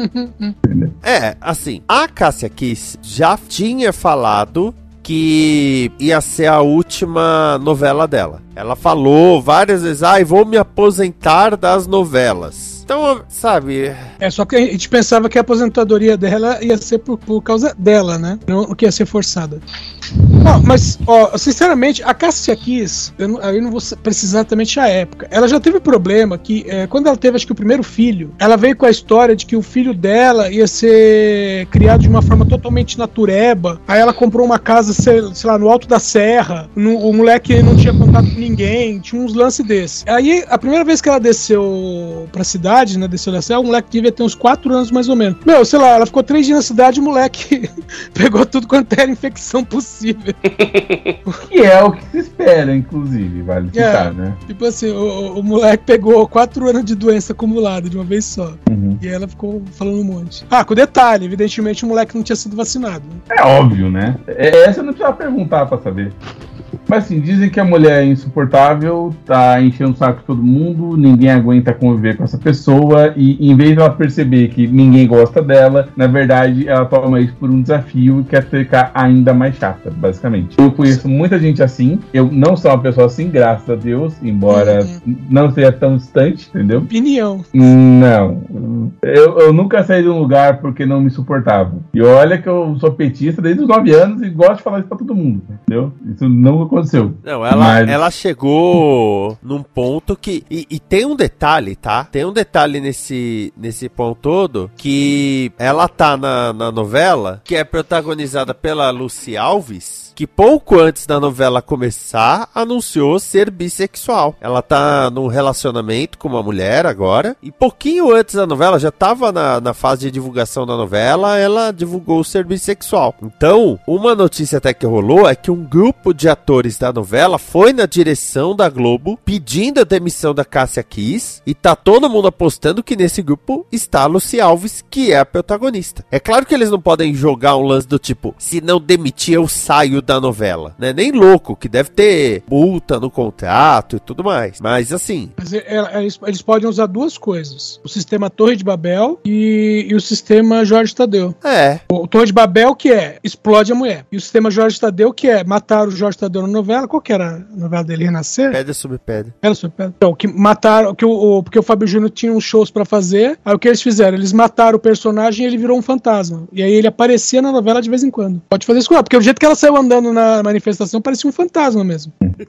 Assim, a Cássia Kiss já tinha falado que ia ser a última novela dela. Ela falou várias vezes, vou me aposentar das novelas. Então, sabe... Só que a gente pensava que a aposentadoria dela ia ser por causa dela, né? Não que ia ser forçada. Mas, sinceramente, a Cássia Kiss, eu não vou precisar exatamente a época. Ela já teve problema que, quando ela teve, acho que o primeiro filho, ela veio com a história de que o filho dela ia ser criado de uma forma totalmente natureba. Aí ela comprou uma casa, sei lá, no alto da serra. O moleque não tinha contato com ninguém. Tinha uns lances desses. Aí, a primeira vez que ela desceu pra cidade, né, desceu da serra, o moleque devia ter uns 4 anos mais ou menos. Sei lá, ela ficou 3 dias na cidade e o moleque pegou tudo quanto era infecção possível. Que é o que se espera, inclusive, vale citar, né? Tipo assim, o moleque pegou 4 anos de doença acumulada de uma vez só. Uhum. E ela ficou falando um monte. Com detalhe, evidentemente o moleque não tinha sido vacinado. É óbvio, né? Essa eu não precisava perguntar pra saber. Mas assim, dizem que a mulher é insuportável, tá enchendo o saco de todo mundo, ninguém aguenta conviver com essa pessoa, e em vez de ela perceber que ninguém gosta dela, na verdade ela toma isso por um desafio e quer ficar ainda mais chata, basicamente. Eu conheço muita gente assim, eu não sou uma pessoa assim, graças a Deus, embora não seja tão distante, entendeu? Opinião. Não, eu nunca saí de um lugar porque não me suportavam. E olha que eu sou petista desde os 9 anos e gosto de falar isso pra todo mundo, entendeu? Isso não aconteceu. Não, ela chegou num ponto que... E tem um detalhe, tá? Tem um detalhe nesse ponto todo, que ela tá na novela, que é protagonizada pela Lucy Alves, que pouco antes da novela começar, anunciou ser bissexual. Ela tá num relacionamento com uma mulher agora, e pouquinho antes da novela, já tava na fase de divulgação da novela, ela divulgou ser bissexual. Então, uma notícia até que rolou é que um grupo de atores da novela foi na direção da Globo pedindo a demissão da Cássia Kiss, e tá todo mundo apostando que nesse grupo está a Lucy Alves, que é a protagonista. É claro que eles não podem jogar um lance do tipo, se não demitir eu saio da novela, né? Nem louco, que deve ter multa no contrato e tudo mais. Mas assim... Mas eles podem usar 2 coisas. O sistema Torre de Babel e o sistema Jorge Tadeu. O Torre de Babel, que explode a mulher. E o sistema Jorge Tadeu, que matar o Jorge Tadeu na novela. Qual que era a novela dele? Renascer? Pedra sobre pedra. Pedra sobre pedra. Então, que mataram... Porque o Fábio Júnior tinha uns shows pra fazer. Aí o que eles fizeram? Eles mataram o personagem e ele virou um fantasma. E aí ele aparecia na novela de vez em quando. Pode fazer isso com ela, porque o jeito que ela saiu andando na manifestação parecia um fantasma mesmo.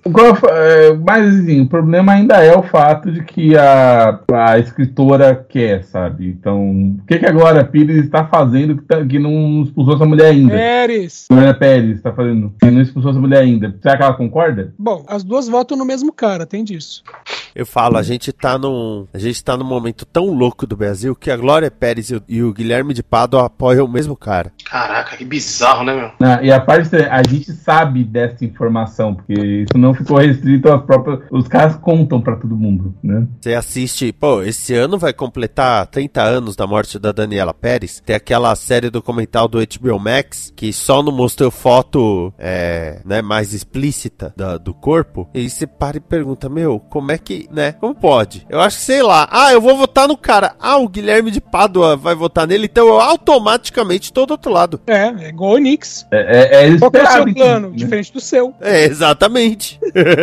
Mas assim, o problema ainda é o fato de que a escritora quer, sabe? Então, o que a Glória Pires está fazendo que não expulsou essa mulher ainda? Glória Pérez está fazendo que não expulsou essa mulher ainda. Será que ela concorda? Bom, as duas votam no mesmo cara, tem disso. Eu falo, a gente tá num momento tão louco do Brasil que a Glória Pérez e o Guilherme de Pádua apoiam o mesmo cara. Caraca, que bizarro, né, meu? E a parte, a gente sabe dessa informação, porque isso não ficou restrito às próprias... Os caras contam pra todo mundo, né? Você assiste... Pô, esse ano vai completar 30 anos da morte da Daniela Pérez. Tem aquela série documental do HBO Max, que só não mostrou foto né, mais explícita do corpo. E aí você para e pergunta, meu, como é que... né? Como pode? Eu acho que, sei lá... eu vou votar no cara. O Guilherme de Pádua vai votar nele, então eu automaticamente tô do outro lado. É igual o Knicks. Qual que é o seu plano? Diferente do seu. Exatamente.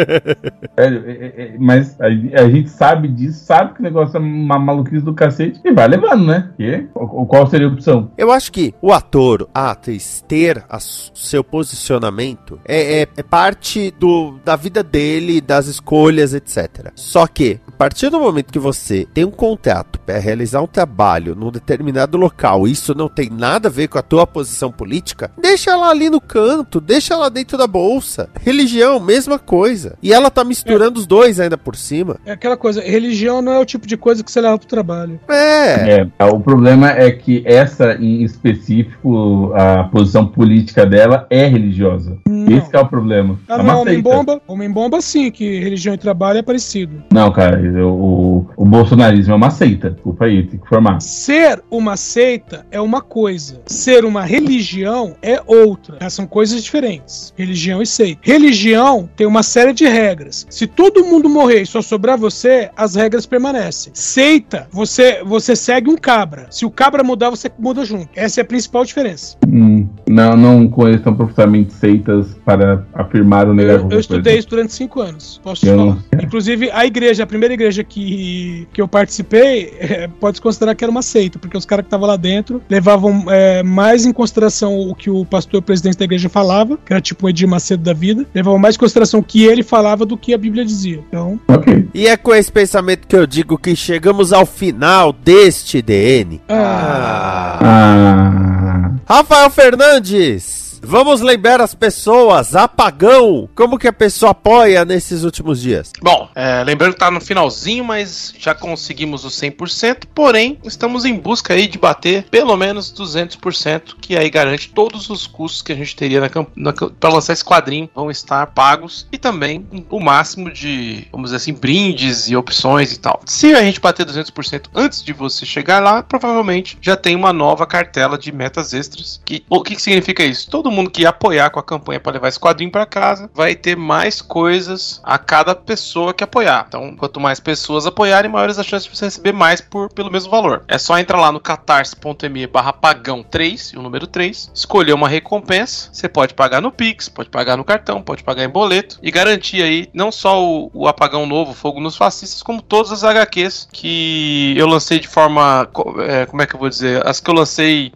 Mas a gente sabe disso, sabe que o negócio é uma maluquice do cacete e vai levando, né? Qual seria a opção? Eu acho que o ator, a atriz, ter seu posicionamento é parte da vida dele, das escolhas, etc. Só que, a partir do momento que você tem um contrato para realizar um trabalho num determinado local, isso não tem nada a ver com a tua posição política, deixa ela ali no canto, deixa ela dentro da bolsa. Religião, mesma coisa. E ela tá misturando os dois ainda por cima. É aquela coisa, religião não é o tipo de coisa que você leva pro trabalho. O problema é que essa, em específico, a posição política dela é religiosa. Não. Esse é o problema. Homem-bomba sim, que religião e trabalho é parecido. Não, cara, o bolsonarismo é uma seita. Desculpa aí, tem que formar. Ser uma seita é uma coisa. Ser uma religião é outra. São coisas diferentes. Religião e seita. Religião tem uma série de regras. Se todo mundo morrer e só sobrar você, as regras permanecem. Seita, você segue um cabra. Se o cabra mudar, você muda junto. Essa é a principal diferença. Não conheço tão profundamente seitas para afirmar o negócio. Eu estudei isso durante 5 anos. Posso te falar. Inclusive, a primeira igreja que eu participei, pode se considerar que era uma seita, porque os caras que estavam lá dentro levavam mais em consideração o que o pastor presidente da igreja falava, que era tipo o Edir Macedo da vida, levavam mais em consideração o que ele falava do que a Bíblia dizia. Então... Ok. E é com esse pensamento que eu digo que chegamos ao final deste DN. Rafael Fernandes! Vamos lembrar as pessoas, apagão, como que a pessoa apoia nesses últimos dias? Bom, lembrando que tá no finalzinho, mas já conseguimos os 100%, porém, estamos em busca aí de bater pelo menos 200%, que aí garante todos os custos que a gente teria para lançar esse quadrinho vão estar pagos, e também o máximo de, vamos dizer assim, brindes e opções e tal. Se a gente bater 200% antes de você chegar lá, provavelmente já tem uma nova cartela de metas extras. O que significa isso? Todo mundo que apoiar com a campanha para levar esse quadrinho para casa vai ter mais coisas a cada pessoa que apoiar. Então, quanto mais pessoas apoiarem, maiores as chances de você receber mais pelo mesmo valor. É só entrar lá no catarse.me/pagão3, o número 3, escolher uma recompensa. Você pode pagar no Pix, pode pagar no cartão, pode pagar em boleto e garantir aí não só o apagão novo, Fogo nos Fascistas, como todas as HQs que eu lancei de forma, como é que eu vou dizer, as que eu lancei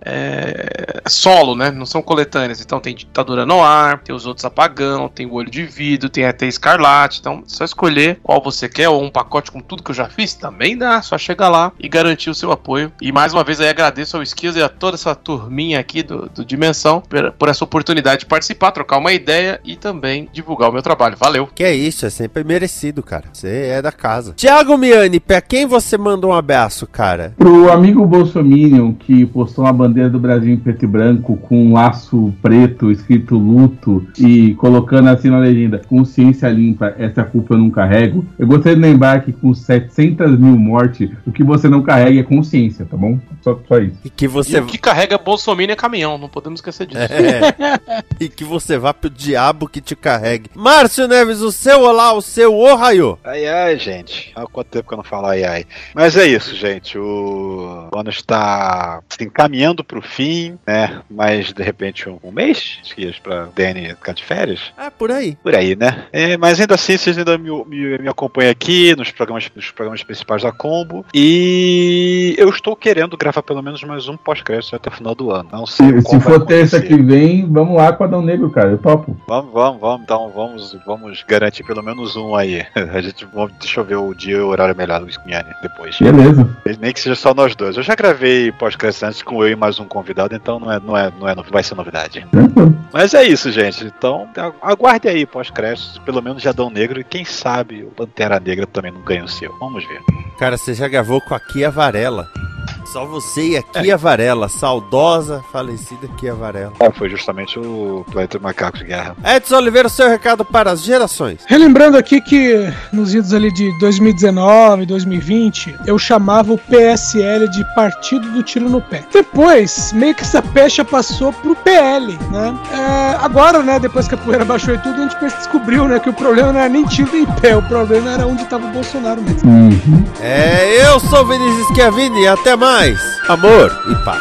solo, né? Não são coletâneas. Então tem Ditadura no Ar, tem os outros Apagão, tem o Olho de Vidro, tem até Escarlate. Então é só escolher qual você quer, ou um pacote com tudo que eu já fiz, também dá. Só chegar lá e garantir o seu apoio. E mais uma vez aí agradeço ao Esquias e a toda essa turminha aqui do Dimensão por essa oportunidade de participar, trocar uma ideia e também divulgar o meu trabalho. Valeu! Que é isso, é sempre merecido, cara. Você é da casa. Thiago Miani, pra quem você mandou um abraço, cara? Pro amigo Bolsominion que postou uma bandeira do Brasil em preto e branco com um laço preto escrito luto e colocando assim na legenda, consciência limpa, essa culpa eu não carrego. Eu gostaria de lembrar que com 700 mil mortes, o que você não carrega é consciência, tá bom? Só isso. E que você... E o que carrega Bolsominion é caminhão, não podemos esquecer disso. E que você vá pro diabo que te carregue. Márcio Neves, o seu olá, o seu ohaiô. Ai, gente. Há quanto tempo que eu não falo ai. Mas é isso, gente. O ano está assim, caminhando pro fim, né? Mas de repente um mês pra Dani ficar de férias. Por aí. Por aí, né? Mas ainda assim, vocês ainda me acompanham aqui nos programas principais da Combo. E eu estou querendo gravar pelo menos mais um pós-crédito até o final do ano. Não sei se for terça que vem, vamos lá com Adão Negro, cara. Eu topo. Vamos. Então vamos garantir pelo menos um aí. Deixa eu ver o dia e o horário melhor do Skinhane depois. Beleza. Nem que seja só nós dois. Eu já gravei pós-crédito antes com eu e mais um convidado, então não vai ser novidade. Tranquilo. Mas é isso, gente. Então, aguarde aí pós-créditos, pelo menos de Adão Negro, e quem sabe o Pantera Negra também não ganha o seu. Vamos ver. Cara, você já gravou com a Kia Varela. Só você e a Kia Varela, saudosa, falecida Kia Varela. Foi justamente o Planeta Macaco de Guerra. Edson Oliveira, seu recado para as gerações. Relembrando aqui que nos idos ali de 2019, 2020, eu chamava o PSL de Partido do Tiro no Pé. Depois, meio que essa pecha passou pro PL, né? Agora, né, depois que a poeira baixou e tudo, a gente descobriu, né, que o problema não era nem tiro nem pé, o problema era onde estava o Bolsonaro mesmo. Eu sou o Vinícius Schiavini e até mais. Amor e paz.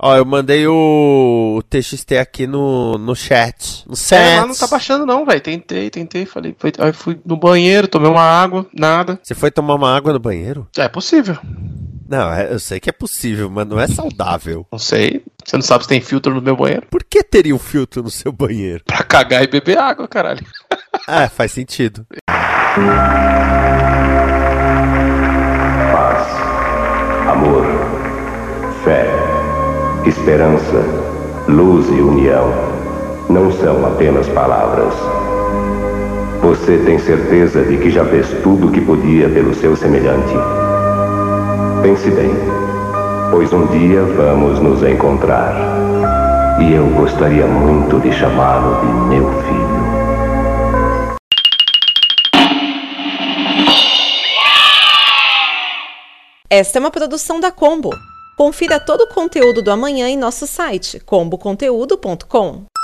Ó, eu mandei o TXT aqui no chat. No chat. Mas não tá baixando não, velho. Tentei, falei. Aí fui no banheiro, tomei uma água, nada. Você foi tomar uma água no banheiro? É possível. Não, eu sei que é possível, mas não é saudável. Não sei. Você não sabe se tem filtro no meu banheiro? Por que teria um filtro no seu banheiro? Pra cagar e beber água, caralho. Ah, faz sentido. Paz, amor, fé, esperança, luz e união não são apenas palavras. Você tem certeza de que já fez tudo o que podia pelo seu semelhante? Pense bem, pois um dia vamos nos encontrar. E eu gostaria muito de chamá-lo de meu filho. Esta é uma produção da Combo. Confira todo o conteúdo do amanhã em nosso site comboconteúdo.com.